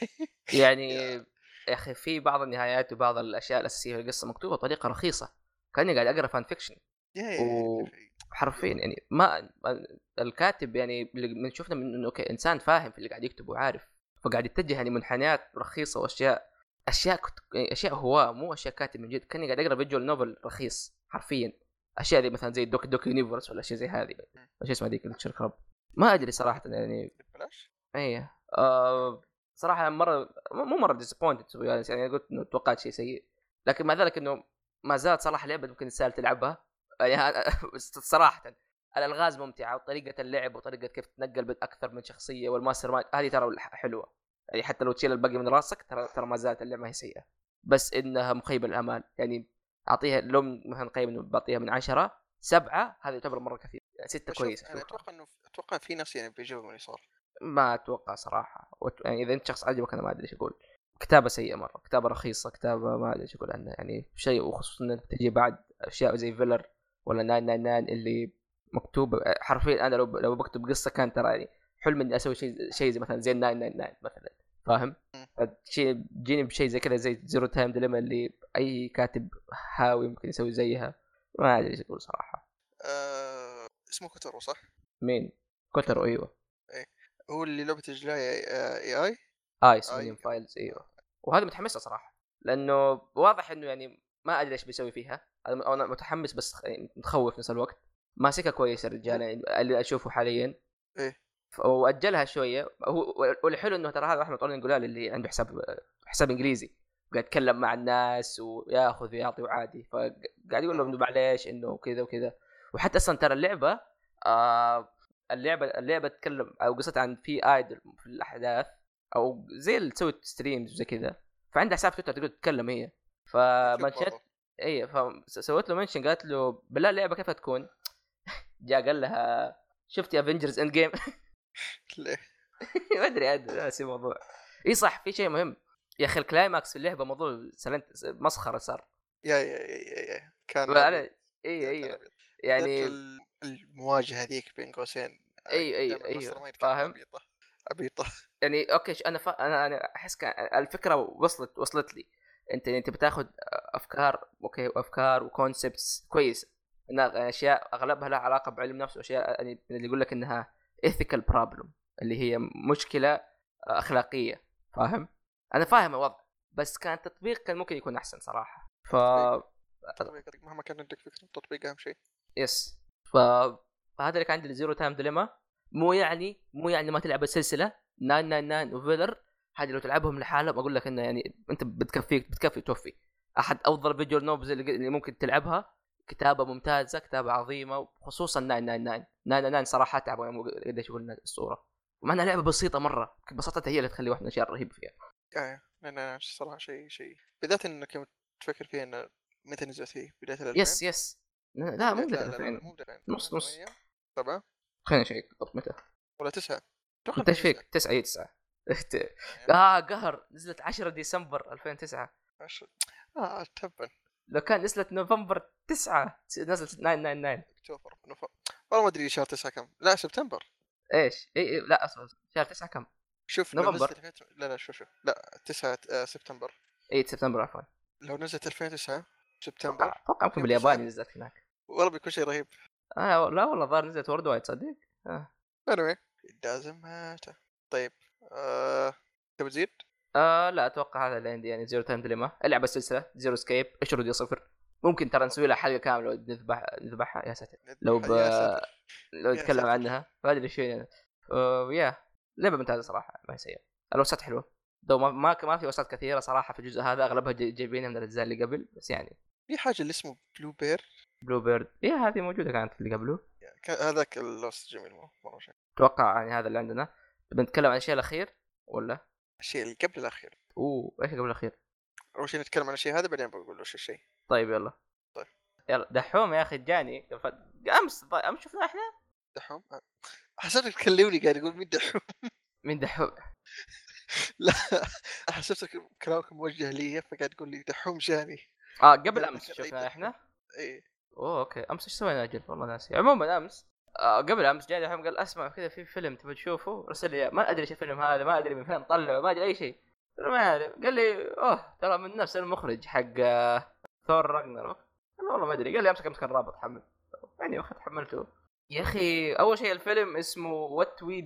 يعني يا يا اخي في بعض النهايات وبعض الاشياء الاساسيه في القصه مكتوبه بطريقه رخيصه، كاني قاعد اقرا فان فيكشن. يا وحرفيا يعني ما الكاتب يعني اللي من شفنا من انه اوكي انسان فاهم في اللي قاعد يكتبه وعارف، فقاعد يتجه يعني منحنيات رخيصه واشياء اشياء هو مو اشياء كاتب من جد. كاني قاعد اقرا فيجوال نوفل رخيص حرفيا. اشياء دي مثلا زي دوك يونيفرس ولا شيء زي هذه، وش اسمها ذيك التشر كلاب. ما ادري صراحه يعني. بلاش. ايه صراحه مره مو مره ديسابوينتد يعني قلت انه توقعت شيء سيء، لكن مع ذلك انه ما زالت صراحه لعبه ممكن تسال تلعبها يعني. صراحه الالغاز ممتعه وطريقه اللعب وطريقه كيف تتنقل باكثر من شخصيه والماستر مايند هذه ترى حلوه. يعني حتى لو تشيل الباقي من راسك ترى ما زالت اللعبه ما هي سيئه، بس انها مخيبه الامال. يعني اعطيها لو مثلا قيم انه بعطيها من 10 7، هذا يعتبر مره كثير. يعني 6 بشوف كويس انا اشوفها. اتوقع في ناس يعني بيجيبوا من اللي صار. ما اتوقع صراحه يعني اذا انت شخص عجبك انا ما ادري ايش اقول. كتابه سيئه مره، كتابه رخيصه، كتابه ما ادري ايش اقول عنها يعني شيء. وخصوصا انك تجي بعد اشياء زي فيلر ولا 999 اللي مكتوب حرفيا. انا لو بكتب قصه كان ترى يعني حلم اني اسوي شيء زي مثلا زي 999 مثلا، فاهم؟ شيء جيني بشيء زي كذا زي زيرو تايم ديليما اللي اي كاتب هاوي ممكن يسوي زيها. ما ادري ايش اقول صراحه. اسمه كوتارو صح؟ مين؟ كوتر كوتارو. ايوه. ايه، هو اللي لعبة الجلاية اي ايس اي مليون فايلز ايوه. وهذا متحمس له صراحه لانه واضح انه يعني ما ادري ايش بيسوي فيها. انا متحمس بس يعني متخوف نفس الوقت. ماسكها كويس الرجال يعني اللي اشوفه حاليا. ايه واجلها شويه. والحلو انه ترى هذا احمد طولان الجلال اللي عنده حساب انجليزي، قاعد يتكلم مع الناس وياخذ ويعطي وعادي، فقاعد يقول لهم انه معليش انه كذا وكذا. وحتى اصلا ترى اللعبه اللعبه تتكلم او قصه عن في ايدل في الاحداث او زي اللي تسوي ستريمز وزي كذا، فعندها حساب تويتر تقدر تتكلم هي. شوف فمنشت برضه. اي فسويت له منشن قالت له بالله اللعبه كيف تكون. جاء قال لها شفتي افنجرز اند جيم. ليه؟ ما ادري عاد ناسي الموضوع. اي صح في شيء مهم يا اخي. الكلايماكس في اللعبه موضوع مسخره صار. يا كان ابيض. انا اي يا كان اي ابيض. بالذات يعني المواجهة هذيك بين قوسين اي قدام الماستر ايوه مايند كانت فاهم. عبيطة. عبيطة. يعني اوكي انا احس الفكره وصلت لي. انت بتاخذ افكار اوكي وافكار وكونسبتس كويسه، انها اشياء اغلبها لها علاقه بعلم نفس واشياء يعني اللي يقول لك انها ethical problem اللي هي مشكله اخلاقيه، فاهم؟ انا فاهم الوضع بس كان التطبيق كان ممكن يكون احسن صراحه. تطبيق تطبيق مهما كان عندك فكرة التطبيق اهم شيء. يس فهذا اللي كان عندي زيرو تايم ديليما. مو يعني ما تلعب السلسله 999 وفيلر. هذه لو تلعبهم لحالهم اقول لك انه يعني انت بتكفي توفي. احد افضل فيديو نوبز اللي ممكن تلعبها. كتابه ممتازه، كتابه عظيمه، خصوصا 999 صراحه تعبوا يوم قديش قلنا الصوره. ومع انها لعبه بسيطه مره، بساطتها هي اللي تخلي واحد من الاشياء الرهيبه فيها. لا صراحة شيء بالذات انك يوم تفكر فيه انه متى نزلت هي بداية يس 2000. يس لا مو بدايه لا 2000. مو بداية 2000. نص 8 7 خلينا نشيك بالضبط متى. ولا 9. اتوقع انت ايش 2009. فيك 9 9 يعني قهر نزلت 10 ديسمبر 2009. 10. تبا. لو كان نزلت نوفمبر 9 نزلت 999. اكتوبر والله ما ادري شهر 9 كم. لا سبتمبر. ايش اي لا اصلا شهر 9 كم؟ شوف لو نزلت نوفمبر. 2000. لا شوف لا 9 سبتمبر. اي سبتمبر عفوا. لو نزلت 2009 اتوقع سبتمبر اتوقع ممكن يوم 9 بالياباني نزلت هناك. والله بيكون شيء رهيب. لا والله ظهر نزلت وورد وايد تصدق. anyway it doesn't matter. طيب تبي تزيد؟ لا اتوقع هذا اللي عندي يعني زيرو تايم ديليما. العب السلسله زيرو سكيب اشرد يا صفر. ممكن ترى نسوي لها حلقه كامله نذبحها يا ساتر يا ساتر. لو يا نتكلم ساتر. عنها ما ادري شو يعني. يا لعبه ممتازه صراحه ما هي سيئه. الوسات حلوه دو ما في وسات كثيره صراحه في الجزء هذا. اغلبها جايبينها من الاجزاء اللي قبل بس يعني. في حاجه اللي اسمه بلو بير. بلو بيرد هذه موجوده كانت في اللي قبله. هذاك اللوست جميل مره شيء. اتوقع يعني هذا اللي عندنا. بنتكلم عن الشيء الاخير ولا الشيء اللي قبل الاخير؟ ايش قبل الاخير؟ اول شيء نتكلم عن الشيء هذا بعدين بقول له ايش الشيء. طيب يلا. طيب يلا دحوم يا اخي جاني امس. طيب امس شفنا احنا دحوم. حسيتك تكلمني قاعد يقول مين دحوم. من دحوم. لا حسيتك كلامك موجه لي فقاعد تقول لي دحوم جاني. قبل امس شفنا احنا. ايه اوكي امس ايش سوينا اجل والله ناسي. عموما امس قبل امس جاني دحوم قال اسمع كذا في فيلم تبي تشوفه ارسل لي ما ادري ايش الفيلم هذا ما ادري من فين طلعه ما ادري اي شيء ما أعرف. قال لي اوه ترى من نفس المخرج حق ثور راجناروك. انا والله ما ادري. قال لي امس كان رابط حمل يعني اخذت حملته. يا اخي اول شيء الفيلم اسمه وات وي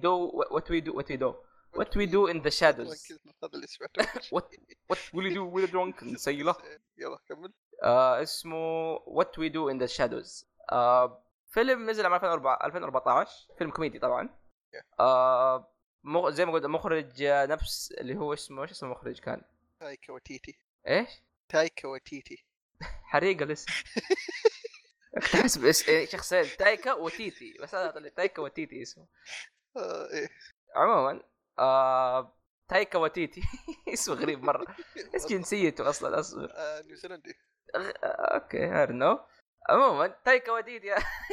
دو ان ذا شادوز. هذا اللي سمعته. وات ويل دو ويل درونكن سيلا. يلا كمل. اسمه وات وي دو ان ذا شادوز. فيلم نزل عام 2014 فيلم كوميدي طبعا. زي ما قلت مخرج نفس اللي هو اسمه ايش اسم المخرج كان؟ تايكا وتيتي. ايش؟ تايكا وتيتي. حريقه لسه. تحسب شخصين تايكا وتيتي بس هذا طلع تايكا وتيتي اسمه. ايه عموما تايكا وتيتي اسمه غريب مره. ايش جنسيته اصلا اصبر. نيوزيلندي. اوكي هارنو. عموما تايكا وتيتي.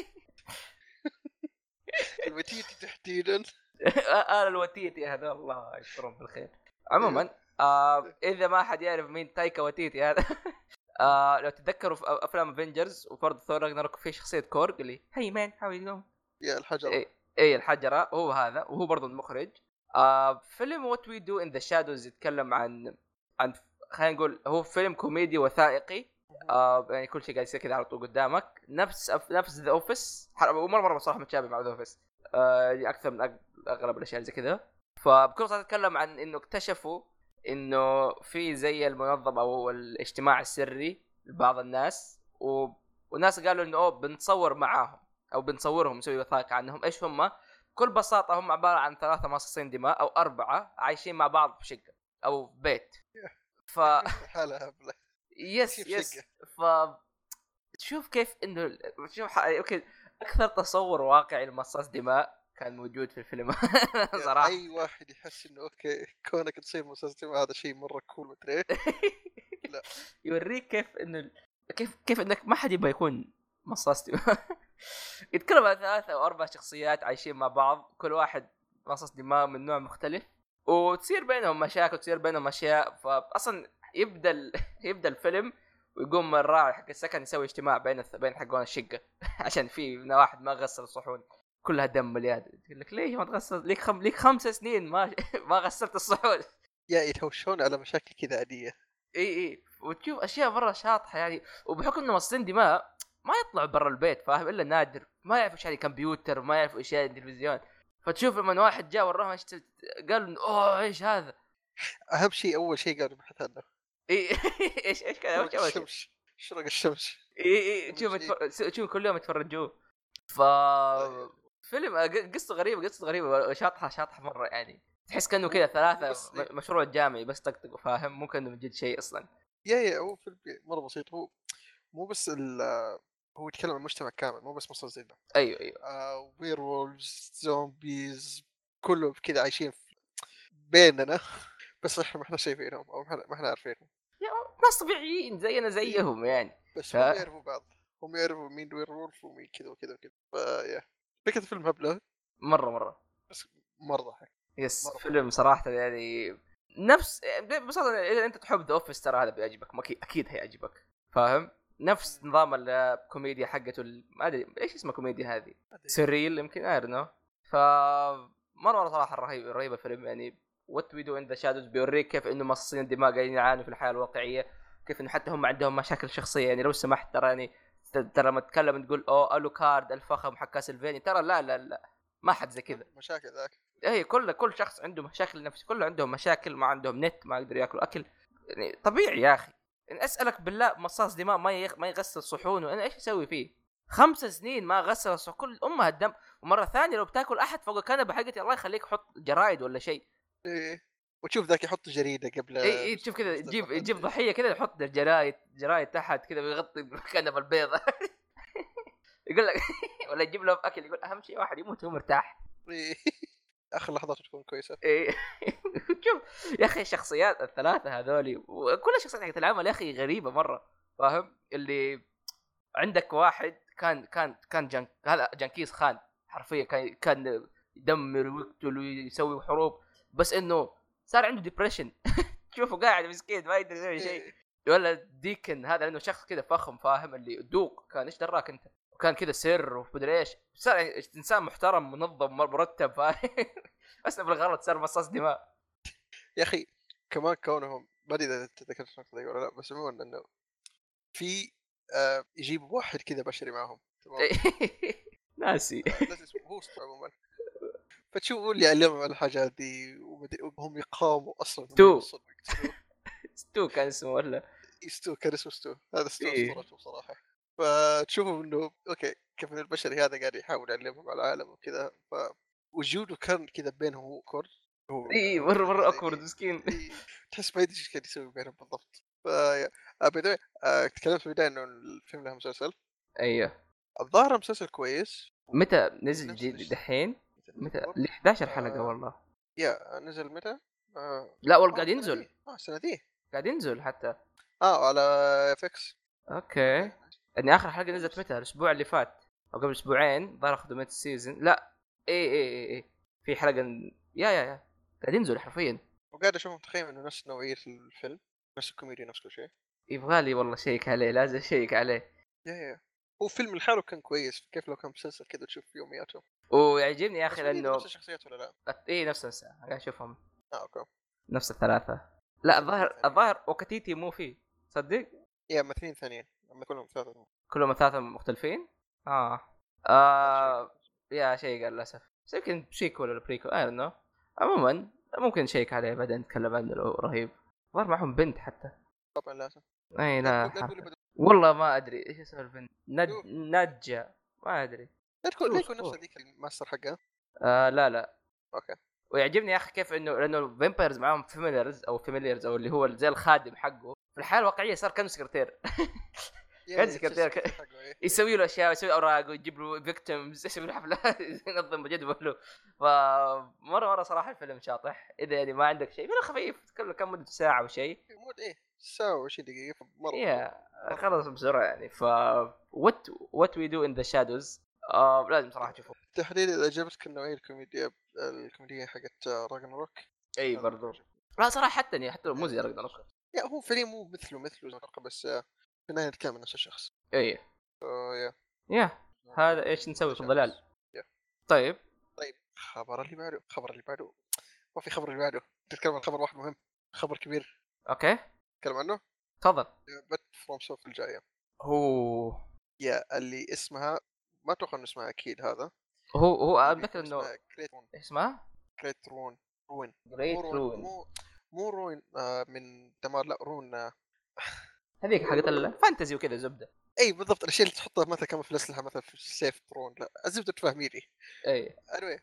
الوتيتي تحديدا. الوتيتي هذا الله يذكرهم بالخير. عموما اذا ما حد يعرف مين تايكا وتيتي هذا لو تتذكروا في افلام افنجرز وفرد ثور راجناروك في شخصيه كورغ اللي هاي مان هاو يو يا الحجره. اي الحجره هو هذا وهو برضو المخرج. فيلم وات وي دو ان ذا شادوز يتكلم عن خلينا نقول هو فيلم كوميدي وثائقي. يعني كل شيء قاعد يصير كذا على طول قدامك نفس ذا اوفيس. مره بصراحه متشابه مع ذا اوفيس اكثر من اغلب الاشياء زي كذا. فبكل صراحه تتكلم عن انه اكتشفوا انه في زي المنظمه او الاجتماع السري لبعض الناس والناس قالوا انه بنتصور معاهم او بنصورهم نسوي وثائق عنهم. ايش هم؟ بكل بساطه هم عباره عن 3 مصاصين دماء او 4 عايشين مع بعض في شقه او في بيت. ف حالها هبله. يس ف تشوف كيف انه اوكي اكثر تصور واقعي لمصاص دماء كان موجود في الفيلم. صراحه اي واحد يحس انه اوكي كونك تصير مسلسل هذا شيء مره كول مدري. لا يوريك كيف انه كيف انك ما حد يبغى يكون مصاص دماء. يتكلم عن 3 أو 4 شخصيات عايشين مع بعض كل واحد مصاص دماء من نوع مختلف وتصير بينهم مشاكل تصير بينهم اشياء. فاصلا يبدا الفيلم ويقوم الراعي حق السكن يسوي اجتماع بين حقون الشقه عشان في واحد ما غسل الصحون كلها دم مليان. يقول لك ليش ما تغسل ليك 5 سنين ما غسلت الصحون. يا يتهوشون على مشاكل كذا عاديه. اي وتشوف اشياء مره شاطحه يعني. وبحكم انه مصاصين دماء ما يطلعوا برا البيت فاهم الا نادر ما يعرفوا ايش يعني كمبيوتر ما يعرفوا ايش يعني تلفزيون. فتشوف لما واحد جاء وراهم ايش قالوا اوه ايش هذا. اهم شيء اول شيء قالوا بحث عنه. ايش كذا اول شيء الشمس شرق الشمس. شوف كل يوم يتفرجوه. ف فيلم قصته غريبه شاطحه مره يعني. تحس كانه كذا 3 مشروع جامعي بس طقطق فاهم ممكن انه من جد شيء اصلا. يا هو فيلم مره بسيط. هو مو بس هو يتكلم عن المجتمع كامل مو بس مصاص زي ده. ايوه وير وولفز زومبيز كلهم كذا عايشين بيننا بس احنا ما احنا شايفينهم او ما احنا عارفينهم. ناس طبيعيين زينا زيهم يعني. بس هم يعرفوا بعض. هم يعرفوا مين وير وولف ومين كذا وكذا وكذا. فيا فكرة الفيلم هبلة مرة بس مرة ضحك. يس مرة فيلم صراحة يعني نفس ببساطة إذا أنت تحب ذا أوفيس ترى هذا بيعجبك أكيد هيعجبك فاهم. نفس نظام الكوميديا حقته ما أدري إيش اسمه كوميديا هذه سريل يمكن أعرنه. مرة صراحة رهيب الفيلم يعني. وات وي دو ان ذا شادوز بيوريك كيف انه مصاصين الدماء قاعدين يعانوا في الحياه الواقعيه كيف انه حتى هم عندهم مشاكل شخصيه يعني. لو سمحت ترى يعني ترى لما تتكلم تقول الوكارد الفخم حق كاسلفيني ترى لا ما حد زي كذا مشاكل ذاك. اي كل شخص عنده مشاكل نفسي كله عندهم مشاكل ما عندهم نت ما يقدروا ياكلوا اكل يعني طبيعي يا اخي. يعني اسالك بالله مصاص دماء ما يغسل صحونه انا ايش اسوي فيه 5 سنين ما غسل صحون كل امها الدم. ومره ثانيه لو بتاكل احد فوق الكنبه حقتي الله يخليك حط جرايد ولا شيء. ايه وتشوف ذاك يحط جريده قبل اي تشوف كذا يجيب ضحيه كذا يحط جرايد تحت كذا ويغطي الكنبه البيضاء. يقول لك ولا يجيب له اكل يقول اهم شيء واحد يموت وهو مرتاح إيه. اخر لحظات تكون كويسه. إيه. شوف يا اخي الشخصيات الثلاثه هذولي وكل الشخصيات حقت العمل يا اخي غريبه مره، فاهم؟ اللي عندك واحد كان هذا جنكيز خان حرفيا، كان يدمر ويقتل ويسوي حروب، بس انه صار عنده ديبريشن. شوفه قاعد مسكين ما يقدر يسوي شيء. إيه. ولا ديكن هذا لانه شخص كذا فخم، فاهم؟ اللي دوق كان ايش دراك انت، وكان كذا سر ومدري ايش، صار انسان محترم منظم مرتب، فاهم؟ بس بالغلط صار مصاص دماء. يا اخي كمان كونهم ما ادري اذا تذكرت النقطه دي ولا لا، بس عموما انه في يجيب واحد كذا بشري معهم تمام. ناسي. ناس اسمه هوست عموما، فتشوف هو اللي يعلمهم على الحاجات دي وهم يقاوموا اصلا تو هم يوصلوا يقتلوه. ستو كان اسمه ولا؟ ستو كان اسمه ستو، هذا ستو ايه اسطورته صراحه. فتشوفوا انه اوكي كيف إن البشري هذا قاعد يحاول يعلمهم على العالم وكذا، وجوده كان كذا بينهم هو كورد، هو ايه مره اللي مره زي اكبر دي. مسكين. تحس ما يدري ايش قاعد يسوي بينهم بالضبط. ف باي تكلمت في البدايه انه الفيلم له مسلسل، ايوه. الظاهر مسلسل كويس متى نزل وبنفس جديد دحين؟ متى؟ نتورك. 11 حلقه والله. يا نزل متى؟ لا والله قاعد السنه ينزل، ذي السنه ذي قاعد ينزل حتى. على فيكس. اوكي. اوكي يعني اخر حلقه نزلت كويس. متى؟ الاسبوع اللي فات او قبل اسبوعين ظهر اخذوا ميت السيزون. لا اي في حلقه يا قاعد ينزل حرفيا. وقاعد اشوفهم تقييم انه نفس نوعيه الفيلم، نفس الكوميديا نفس كل شيء. يبغالي والله شيك عليه، لازم شيك عليه. يا هو فيلم لحاله كان كويس، كيف لو كان مسلسل كذا تشوف في يومياته. ويعجبني يا اخي بس ما ادري إذا نفس لانه الشخصيات ولا لا. اي نفس قاعد اشوفهم اوكي. نفس الثلاثه. لا ممثلين الظاهر ثانيين، الظاهر وكتيتي مو فيه، صدق. يا ممثلين ثانيين اما كلهم ثلاثه. كلهم ثلاثه مختلفين. اه هذا شيء. يا شيء قال للاسف، بس يمكن سيكول ولا بريكول اي نو. عموما ممكن نشيك عليه بعدين نتكلم عنه لو رهيب. ظهر معهم بنت حتى. طبعا لازم. اي لا لا تقول لا تقول لي حرف. بدو. والله ما ادري ايش اسم البنت. شوف نجا ما ادري. لا شوف يكون نفس هذيك الماستر حقها. لا. اوكي. ويعجبني يا اخي كيف انه لانه الفامبيرز معاهم فاميليارز او اللي هو زي الخادم حقه، في الحياه الواقعيه صار كانه سكرتير. كان سكرتير حقه ايه. يسوي له اشياء، يسوي اوراق ويجيب له فيكتيمز، يسوي له حفلات، ينظم جدول له. فمره صراحه الفيلم شاطح. اذا يعني ما عندك شيء فيلم خفيف كم مدة ساعه وشيء. مود ايه ساعه و20 دقيقه مره حلو. يا خلص بسرعه يعني. وات وي دو ان ذا شادوز لازم صراحه تشوفه. تحديدا اذا عجبتك النوعيه الكوميديا حقت راجنروك اي هذا برضو. بيعجبك. لا صراحه حتى يعني حتى لو مو زي رقم. يا هو فريق مو مثله زي ما أتوقع، بس في النهايه نتكلم عن نفس الشخص. اي يا يا هذا ايش نسوي في الظلال. طيب طيب الخبر اللي بعده ما في خبر اللي بعده. تتكلم عن خبر واحد مهم، خبر كبير اوكي نتكلم عنه. تفضل. لعبة فروم سوفت الجاية، هو يا اللي اسمها ما اتوقع انه اسمها اكيد هذا. هو اللي اتذكر بيكون انه اسمها كريتون. اسمها كريترون روين. مو جريت روين رون. مو روين من دمار، لا رون هذيك حقت الفانتزي وكذا زبده. اي بالضبط الاشياء اللي تحطها مثلا كمان في الاسلحه مثلا في السيف ترون، لا الزبده تفهميني. اي anyway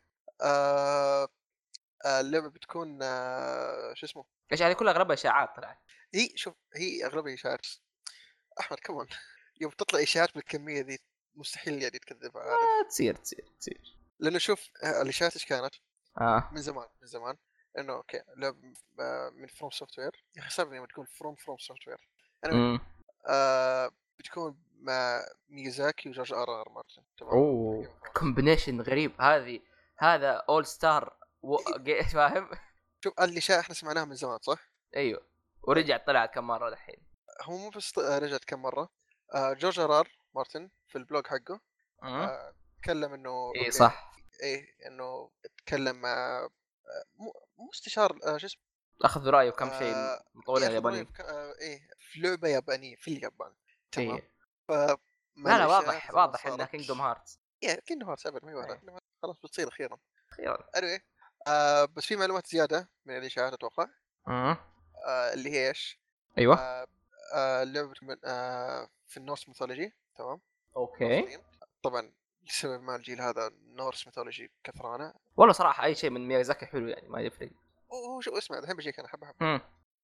اللعبه بتكون شو اسمه. ايش هذه كلها اغلبها اشاعات طلعت. هي شوف هي اغلبها اشاعات احمد كمان. يوم تطلع اشاعات بالكميه ذي مستحيل يعني تكذبها، عارف؟ تصير لانه شوف الاشاعات ايش كانت اه من زمان انه اوكي لعب من فروم سوفت وير، يا اخي صعب لما تكون فروم سوفت وير. anyway امم بتكون مع ميازاكي وجورج ار مارتن تمام. اوه كومبينيشن غريب هذا اول ستار فاهم. شوف الاشاعه احنا سمعناها من زمان صح؟ ايوه طيب ورجعت طلعت كم مره الحين. هو مو بس رجعت كم مره. جورج ار مارتن في البلوج حقه تكلم انه اي اوكي صح. ايه انه تكلم مع مو مستشار شو اسمه. اخذ رايه كم شيء مطورين ياخذ رايه اليابانيين. في ايه في لعبه يابانيه في اليابان تمام. اي فمع لا الاشاعات زي ما واضح انها صارت كينجدوم هارتس. يا كينجدوم هارتس ابد ما يبغى خلاص بتصير اخيرا. اخيرا. anyway بس في معلومات زياده من الاشاعات اتوقع. اللي هي ايش؟ ايوه آه اللعبه من في النورس ميثولوجي تمام. اوكي. نورسين طبعا لسبب ما الجيل هذا نورس ميثولوجي كثرانه. والله صراحه اي شيء من ميازاكي حلو يعني ما يفرق. هو شو اسمه الحين بيجيك انا احب امم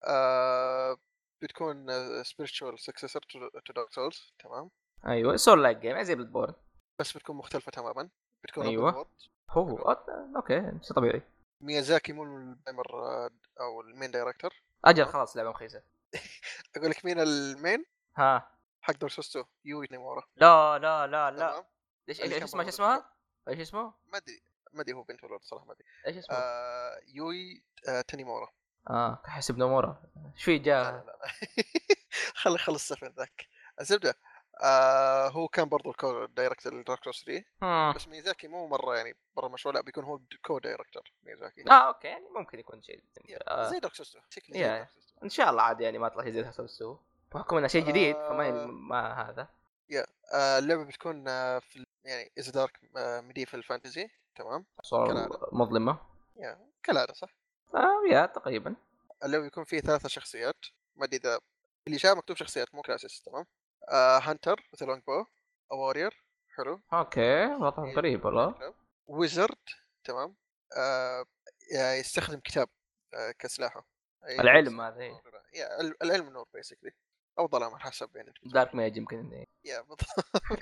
بتكون spiritual successor to Dark Souls تمام. ايوه سول لايك جيم زي بلاد بورن. بس بتكون مختلفة تماما، بتكون open ايوه world هو اوكي شيء طبيعي. ميازاكي مو الدايمر او المين دايركتور. اجل خلاص لعبه مخيسه. اقول لك مين المين ها حق دور سوستو يوي نيمورا. لا لا لا لا. تمام. ايش اللي ايش كان اسمها ايش برضه في اسمها ايش اسمه ما ادري هو بنت ولا ولد صراحه ما ادري. ايش اسمه يوي تانيمورا. احسب نموره شوي لا لا جاء. لا خلص السفن ذاك الزبده. هو كان برضو الكو دايركتور لدارك 3. هم. بس ميزاكي مو مره يعني برا المشروع، لا بيكون هو كو دايركتور ميزاكي. اوكي يعني ممكن يكون شيء زي دارك 3 شكله زي يا دارك 3. ان شاء الله عاد يعني ما طلع شيء زي السوق بحكم انه شيء جديد فما آه ما هذا. يا اللعبه بتكون يعني از دارك ميديفل فانتزي. تمام. صار كالعاده. مظلمه. كالعاده صح. يا تقريبا. اللعبه بيكون فيه 3 شخصيات. ما ادري اذا اللي شاف مكتوب شخصيات مو كلاسيس. تمام. هانتر مثل لونج بو. وارير. حلو. اوكي وضع هي غريب والله. الكتاب. ويزرد. تمام. آه يستخدم كتاب كسلاحه. العلم هذا إيه. العلم النور بيسكلي او ظلام على حسب يعني انت دارك بتسميه. ميج يمكن. يا بالضبط.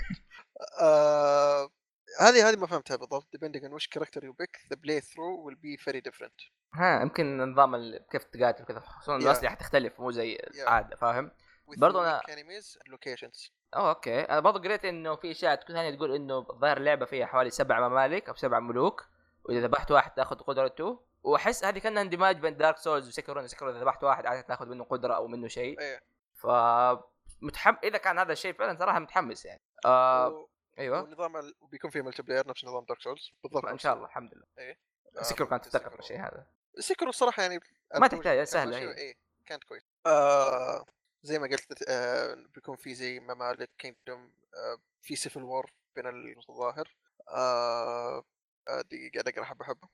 آه هذه ما فهمتها بالضبط. depending on which character you pick the play through will be very different. ها يمكن نظام كيف تقاتل كذا خصوصا yeah الاسلحه تختلف مو زي yeah العاده فاهم. with برضو انا unique enemies and locations. اوكي انا برضو قريت انه في اشاعه ثانيه تقول انه الظاهر اللعبه فيها حوالي 7 ممالك او 7 ملوك واذا ذبحت واحد تاخذ قدرته واحس هذه كانها اندماج بين دارك سولز وسكرون. سكرون اذا ذبحت واحد عاده تاخذ منه قدره او منه شيء. ايه ف اذا كان هذا الشيء فعلا صراحه متحمس يعني و... ايوه ونظام بيكون فيه ملتي بلاير نفس نظام دارك سولز بالضبط ان نفس شاء الله الحمد لله. ايه سكرو كانت فممكن تفتكر الشيء هذا سكروا الصراحه يعني ما تحتاج سهله شيء هي. ايه كانت كويس. زي ما قلت بيكون في زي ممالك كينجدوم. في سيفل وور بين الظاهر. دقيقة قاعد اقرا حبة حبة.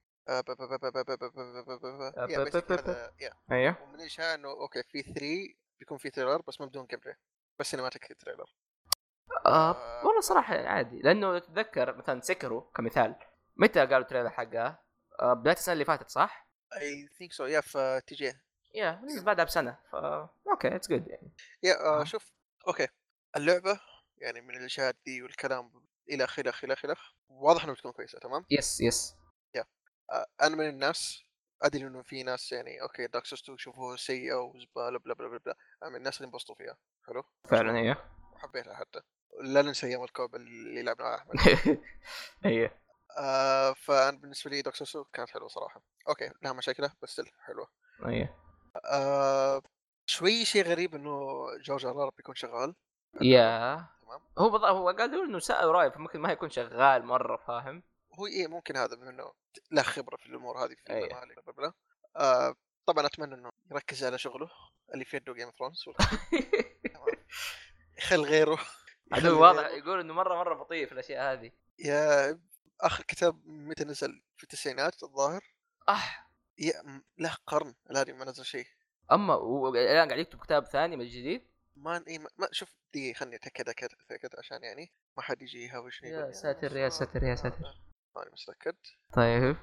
يا بيسكلي هذا يا. ايوه ومن ايشها انه اوكي في 3 بيكون في تريلر بس ما بدون جيم بلاي بس سينماتيك تريلر. والله صراحة عادي لأنه تتذكر مثلا سكرو كمثال متى قالوا تريلر حقها؟ بداية السنة اللي فاتت صح؟ اي ثينك سو يا في تي جي. نزل بعدها بسنة اوكي اتس جود يعني. يا شوف اوكي اللعبة يعني من الاشياء دي والكلام الى اخره واضح انه بتكون كويسة. تمام. يس يا انا من الناس ادري انه في ناس يعني اوكي دارك سوس 2 يشوفوه سيئة وزبالة بلا بلا بلا بلا. انا من الناس اللي انبسطوا فيها. حلو فعلا هي. وحبيتها حتى. لا ننسى ايام الكوب اللي لعبنا مع احمد. هي فانا بالنسبه لي دارك سوس كانت حلوه صراحه. اوكي لها مشاكلها بس حلوه. هي شوي شيء غريب انه جورج ار بيكون شغال اللعبه. يا تمام. هو قالوا انه سأل رايف فممكن ما يكون شغال مرة فاهم. هو ايه ممكن هذا بما انه له خبره في الامور هذه في اي الممالك بلا بلا. طبعا اتمنى انه يركز على شغله اللي في يده جيم اوف ثرونز. تمام. يخل غيره. عدو يخلي واضح غيره. يقول انه مرة بطيء في الاشياء هذه. يا اخر كتاب متى نزل في التسعينات الظاهر. اه له قرن الهادي ما نزل شيء. اما الان قاعد يكتب كتاب ثاني من جديد. ما شوف دي خلني اتاكد عشان يعني ما حد يجي يهاوشني يا يقول ساتر يا ساتر يا ساتر. ماني متاكد. طيب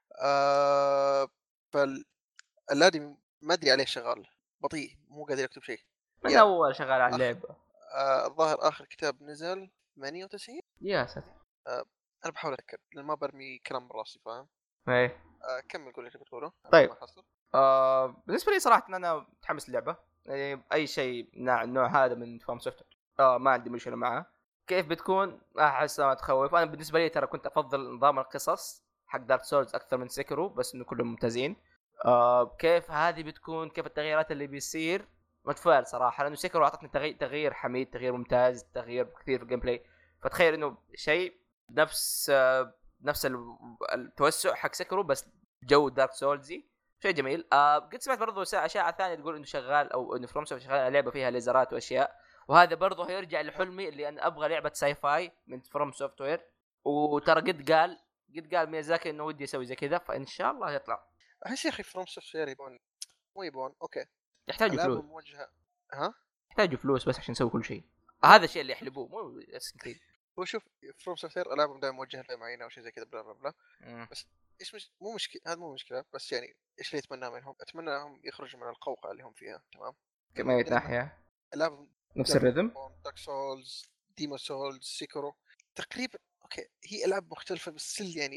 فاللادي ما ادري عليه شغال بطيء مو قادر يكتب شيء. من يا اول شغال على اللعبة. الظاهر اخر كتاب نزل 98. يا ساتر. انا بحاول اتاكد لان ما برمي كلام براسي فاهم. ايه كمل قول اللي بتقوله طيب. ما احصل. بالنسبه لي صراحه ان انا متحمس اللعبه يعني اي شيء النوع هذا من فروم سوفت ما عندي مشكله معه. كيف بتكون احس ما تخوف. انا بالنسبه لي ترى كنت افضل نظام القصص حق دارك سولز اكثر من سيكرو بس انه كلهم ممتازين. كيف هذه بتكون كيف التغييرات اللي بيصير متفائل صراحه لانه سيكرو اعطتني تغيير حميد تغيير ممتاز تغيير كثير في الجيم بلاي. فتخيل انه شيء نفس التوسع حق سيكرو بس جو دارك سولزي شيء جميل. قد سمعت برضو اشاعه ثانيه تقول انه شغال او انه فروم شغال على لعبه فيها ليزرات واشياء وهذا برضو هيرجع لحلمي اللي انا ابغى لعبه ساي فاي من فروم سوفت وير. وترى قد قال ميازاكي انه ودي يسوي زي كذا فان شاء الله يطلع. احس يا اخي فروم سوفت يبون مو يبون اوكي يحتاجوا فلوس. العابهم موجهه. ها يحتاجوا فلوس بس عشان يسوي كل شيء. هذا الشيء اللي يحلبوه مو اسكريد. هو شوف فروم سوفت العابهم دائما موجهه لفئه معينه او شيء زي كذا بلا بلا بلا. بس مو مشكله هذا مو مشكله بس يعني ايش اللي اتمناه منهم؟ اتمنى انهم يخرجوا من القوقعه اللي هم فيها. تمام. كما ناحيه العاب نفس الريتم. دارك سولز ديمون سولز سيكرو تقريبا اوكي هي العاب مختلفه بس يعني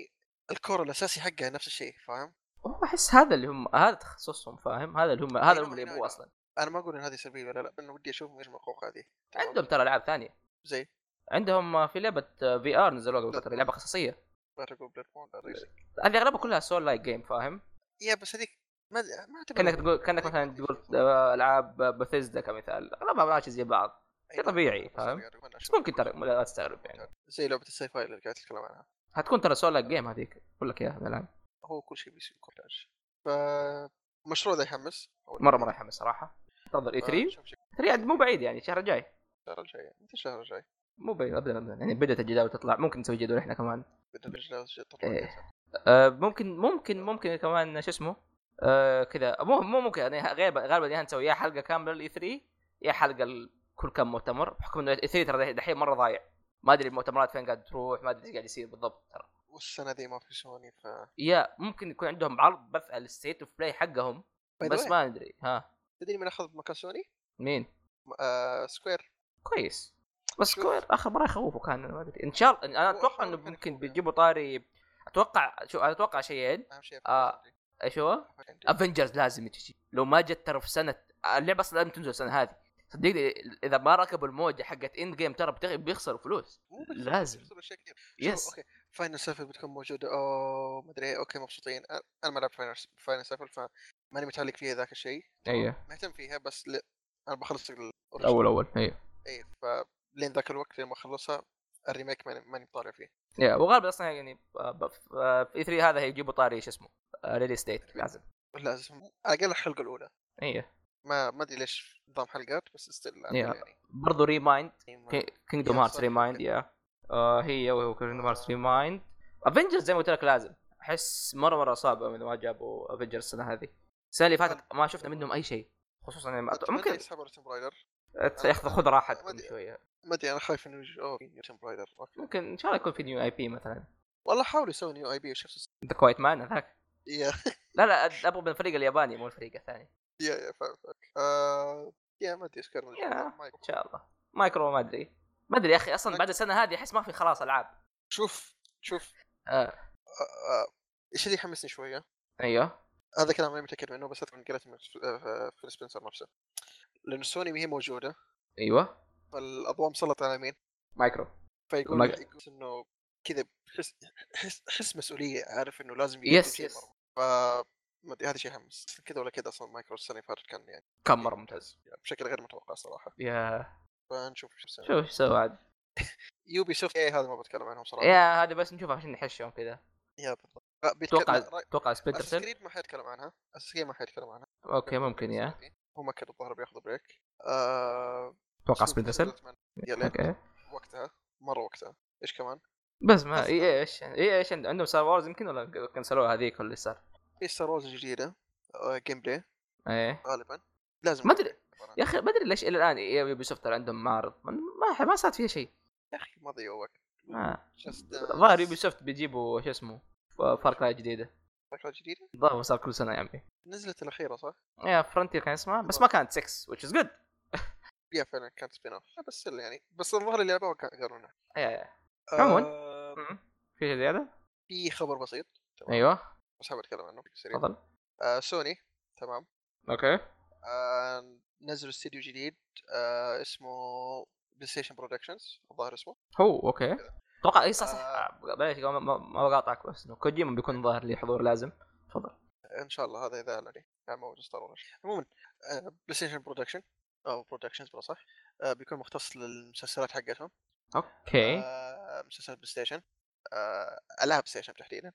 الكور الاساسي حقها نفس الشيء، فاهم؟ هو احس هذا اللي هم، هذا تخصصهم، فاهم؟ هذا اللي هم، هذا اللي هم اللي يبغوه اصلا. انا ما اقول ان هذه سلبيه ولا لا، انا ودي اشوف ايش الحقوق هذه. تمام. عندهم ترى العاب ثانيه، زي عندهم في لعبه في ار نزلوها قبل فتره، لعبه قصصيه. بلاد بورن ريسنج. هذه اغلبها كلها سول لايك جيم، فاهم؟ يا بس هذيك ما كانك اعتبرها تقول، كانك مثلا تقول العاب بثيزدا كمثال، اغلبها ماشي زي بعض، شيء طبيعي، فاهم؟ بس ممكن ترى لا تستغرب يعني. زي لعبه الساي فاي اللي قاعد اتكلم عنها، هتكون ترى سول لايك جيم هذيك، اقول لك اياها الان. هو كل شيء بيصير كونتاج. فمشروع ذا يحمس مره يحمس صراحه. انتظر اي 3. 3 عاد مو بعيد يعني، الشهر الجاي. الشهر الجاي، متى الشهر الجاي؟ مو بعيد ابدا يعني، بدات الجداول تطلع، ممكن نسوي جدول احنا كمان. بدنا الجداول تطلع. إيه. ممكن كمان شو اسمه، كذا مو ممكن يعني، غالبا يعني نسوي يا حلقه كامله للاي 3 يا حلقه كل كم مؤتمر، بحكم انه الاي 3 ترى دحين مره ضايع، ما ادري المؤتمرات فين قاعد تروح، ما ادري ايش قاعد يصير بالضبط ترى. والسنه دي ما في سوني يا ممكن يكون عندهم عرض بث على الستيت اوف بلاي حقهم، بس ما ادري. ها تدري من اخذ مكان سوني؟ مين؟ سكوير. كويس، بس سكوير اخر مره يخوفوا كان، ما ادري ان شاء الله. انا اتوقع انه ممكن بيجيبوا طاري، اتوقع شيئين. اهم شيء ايش هو؟ افنجرز لازم تجي، لو ما جت ترى في سنه اللعبه اصلا لازم تنزل السنه هذه، صدقني اذا ما ركبوا الموجه حقت اند جيم ترى بيخسروا فلوس. لازم يس. اوكي فاينل سيرفر بتكون موجوده، او ما ادري. اوكي مبسوطين. انا ما لعبت فاينل سيرفر، فماني متعلق فيها ذاك الشيء. ايوه مهتم فيها بس انا بخلص اول ايوه. اي فلين ذاك الوقت لما اخلصها الريميك ماني مطالع فيه. يا وغالبا اصلا يعني في 3 هذا هيجيبوا طاري ايش اسمه، ريليس ستيت لازم على الاقل الحلقه الاولى. ايوه ما ادري ليش نظام حلقات، بس ستيل يعني برضو ريمايند، كينجدوم هارتس ريمايند. يا هي وهو كينجدوم هارتس ريمايند. افنجرز زي ما قلت لك لازم، احس مره صعبه من ما جابوا افنجرز السنه هذه. السنه اللي فاتت ما شفنا منهم اي شيء، خصوصا يعني ممكن يسحبوا تيم برايدر. خذ راحتكم شويه. ما ادري انا خايف انه تيم برايدر. ممكن ان شاء الله يكون في نيو اي بي مثلا. والله حاولوا يسوي نيو اي بي. شفت انت كويت مان هذاك؟ لا ابغى من الفريق الياباني مو الفريق الثاني. يا فاهم. يا ما ادري ايش كان ان شاء الله مايكرو، ما ادري يا اخي، اصلا بعد السنه هذه احس ما في خلاص العاب. شوف ايش اللي يحمسني شويه؟ ايوه هذا كلام انا متاكد منه، بس اذكر قريت من فيل سبنسر نفسه، لان سوني ما هي موجوده. ايوه فالاضواء مسلطه على مين؟ مايكرو. فيقول انه كذا حس مسؤوليه، عارف انه لازم يقدم شيء. ف هذا شيء يحمس. كذا ولا كذا اصلا مايكرو السنه اللي فاتت كان يعني كم مره ممتاز يعني بشكل غير متوقع صراحه. يا فنشوف شوف سوى عاد. يوبي سوفت هذا ما بتكلم عنهم صراحه. يا هذا بس نشوف عشان نحشهم كذا. يا بالضبط. توقع سبلنتر سيل ما حيتكلم عنها. اساسيا ما حيتكلم عنها. اوكي ممكن. يا هو ما كان الظاهر بياخذ بريك. توقع سبلنتر سيل اوكي وقتها ايش كمان بس ما ايش عندهم ستار وورز يمكن، ولا كنسلوها هذيك اللي صار. في ستار وورز جديده جيم بلاي ايه غالبا لازم. ما ادري يا اخي، ما ادري ليش الى الان يوبي سوفت عندهم معرض ما صار فيها شيء يا اخي. ما ضيعوا وقت. ظاهر يوبي سوفت بيجيبوا شو اسمه فاركراي جديده. ظاهر صار كل سنه يا عمي. نزلت الاخيره صح؟ يا فرونتير كان اسمها، بس ما كانت 6 which is good. يا فعلا كانت سبين اوف، بس يعني بس الظاهر اللي لعبوها قالوا لنا. عموما في شيء زياده. في خبر بسيط. تمام. ايوه بس حابب اتكلم عنه سريع. تفضل. سوني تمام. اوكي. نزلوا استديو جديد اسمه بلاي ستيشن برودكشنز الظاهر اسمه. هو اوكي اتوقع اي صح. بلاش ما بقاطعك، بس انه كوجيما بيكون ظاهر لي حضور لازم. تفضل. ان شاء الله هذا اذا اعلن يعني موجود ستار وورز. عموما بلاي ستيشن برودكشن او برودكشنز بلا صح بيكون مختص للمسلسلات حقتهم. اوكي. مسلسلات بلاي ستيشن العاب بلاي ستيشن تحديدا.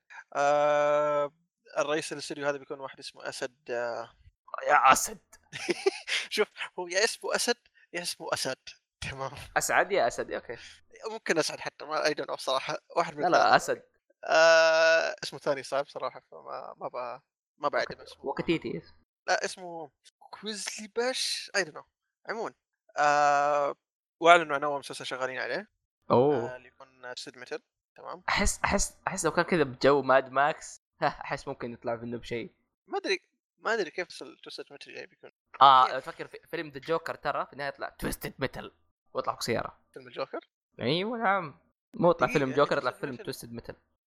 الرئيس الاستوديو هذا بيكون واحد اسمه اسد. يا اسد. شوف هو يا اسمه اسد يا اسمه اسد. تمام. اسعد يا اسد. اوكي ممكن اسعد حتى ما اي دون صراحه واحد من لا اسد. اسمه ثاني صعب صراحه، فما ما بعد اسمه وقتيتي. لا اسمه كويزلي باش اي دون. عموما واعلنوا عن اول مسلسل شغالين عليه. اللي يكون سيد ميتل. تمام. احس لو كان كذا بجو ماد ماكس احس ممكن يطلع منه بشيء. ما ادري كيف توستد ميتل يعني بيكون. تفكر في فيلم ذا جوكر ترى في النهايه يطلع توستد ميتل ويطلع بسياره. فيلم الجوكر. ايوه نعم. مو يطلع فيلم جوكر، يطلع فيلم توستد ميتل.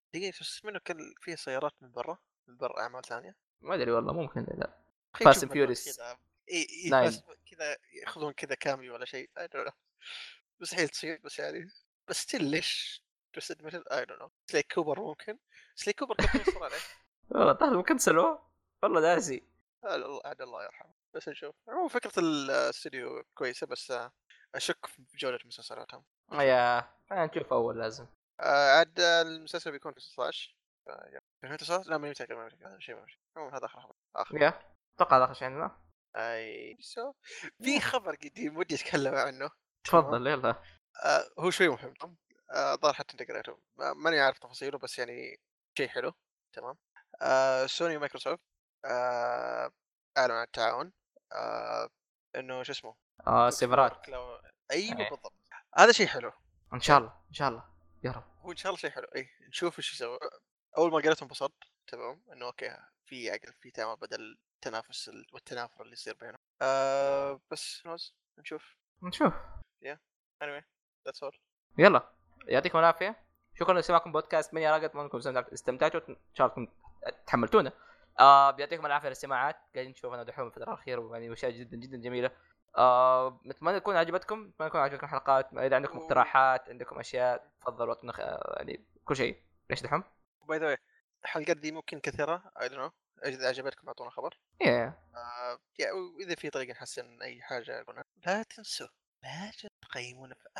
دقيقة بس منه كل فيه سيارات من برا أعمال ثانية. ما ادري والله، ممكن لا. خلينا فاست نشوف اند ملمح فيوريس كذا. اي 9. بس كذا ياخذون كذا كامي ولا شيء I don't know. مستحيل تصير بس يعني بس ستيل ليش توستد مثل I don't know. سليك كوبر ممكن. سليك كوبر كم يصير عليه؟ والله طيب كنسلوه والله داسي. عاد الله يرحمه. بس نشوف. عموما فكرة الاستوديو كويسة بس أشك في جودة مسلسلاتهم. يا خلينا نشوف اول لازم. عاد المسلسل بيكون في 16. في 2019 لا ما متأكد ما متأكد هذا شيء ما متأكد. عموما هذا آخر خبر. يا اتوقع هذا اخر شيء عندنا. اي سو في خبر قديم ودي اتكلم عنه. تمام. تفضل يلا. هو شوي مهم. الظاهر حتى انت قريته ماني عارف تفاصيله بس يعني شيء حلو. تمام. سوني ومايكروسوفت اعلنوا عن التعاون. انه شو اسمه سيفرات. ايوه إيه. بالضبط. هذا شيء حلو. ان شاء الله ان شاء الله يا رب. هو ان شاء الله شيء حلو. اي نشوف ايش يسوي. اول ما قريته انبسطت. تمام انه اوكي في عقل في تعاون بدل التنافس والتنافر اللي يصير بينهم. بس نشوف. نشوف. anyway that's all. يلا يعطيكم العافيه. شكرا لسماعكم بودكاست من يا رجل. انكم استمتعتوا ان شاء الله تحملتونا. بيعطيكم العافيه على الاستماعات. قاعدين نشوف انا دحوم الفتره الاخيره يعني اشياء جدا جدا جميله. نتمنى تكون عجبتكم. اتمنى تكون عجبتكم الحلقات. اذا عندكم اقتراحات عندكم اشياء تفضلوا يعني كل شيء. ليش دحوم باي ذا الحلقات دي ممكن كثيرة I don't know. إذا عجبتكم أعطونا خبر. وإذا في طريقة نحسن أي حاجة قلنا لا تنسوا لا تقيمونا في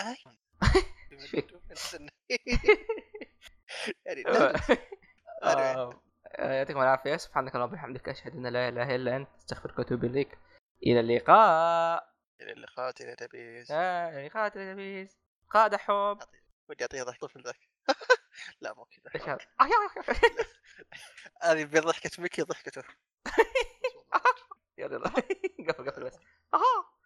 يعني لا يعطيكم العافيه. سبحانك اللهم وبحمدك اشهد ان لا اله الا انت استغفرك واتوب اليك. الى اللقاء. إلى اللقاء إلى تبيز. اللقاء تلبيس قاد حب. ودي أعطيها ضحك طفل ذاك. لا مو كذا. ايش هذا؟ هذه بضحكة ميكي ضحكته. يلا قفل بس.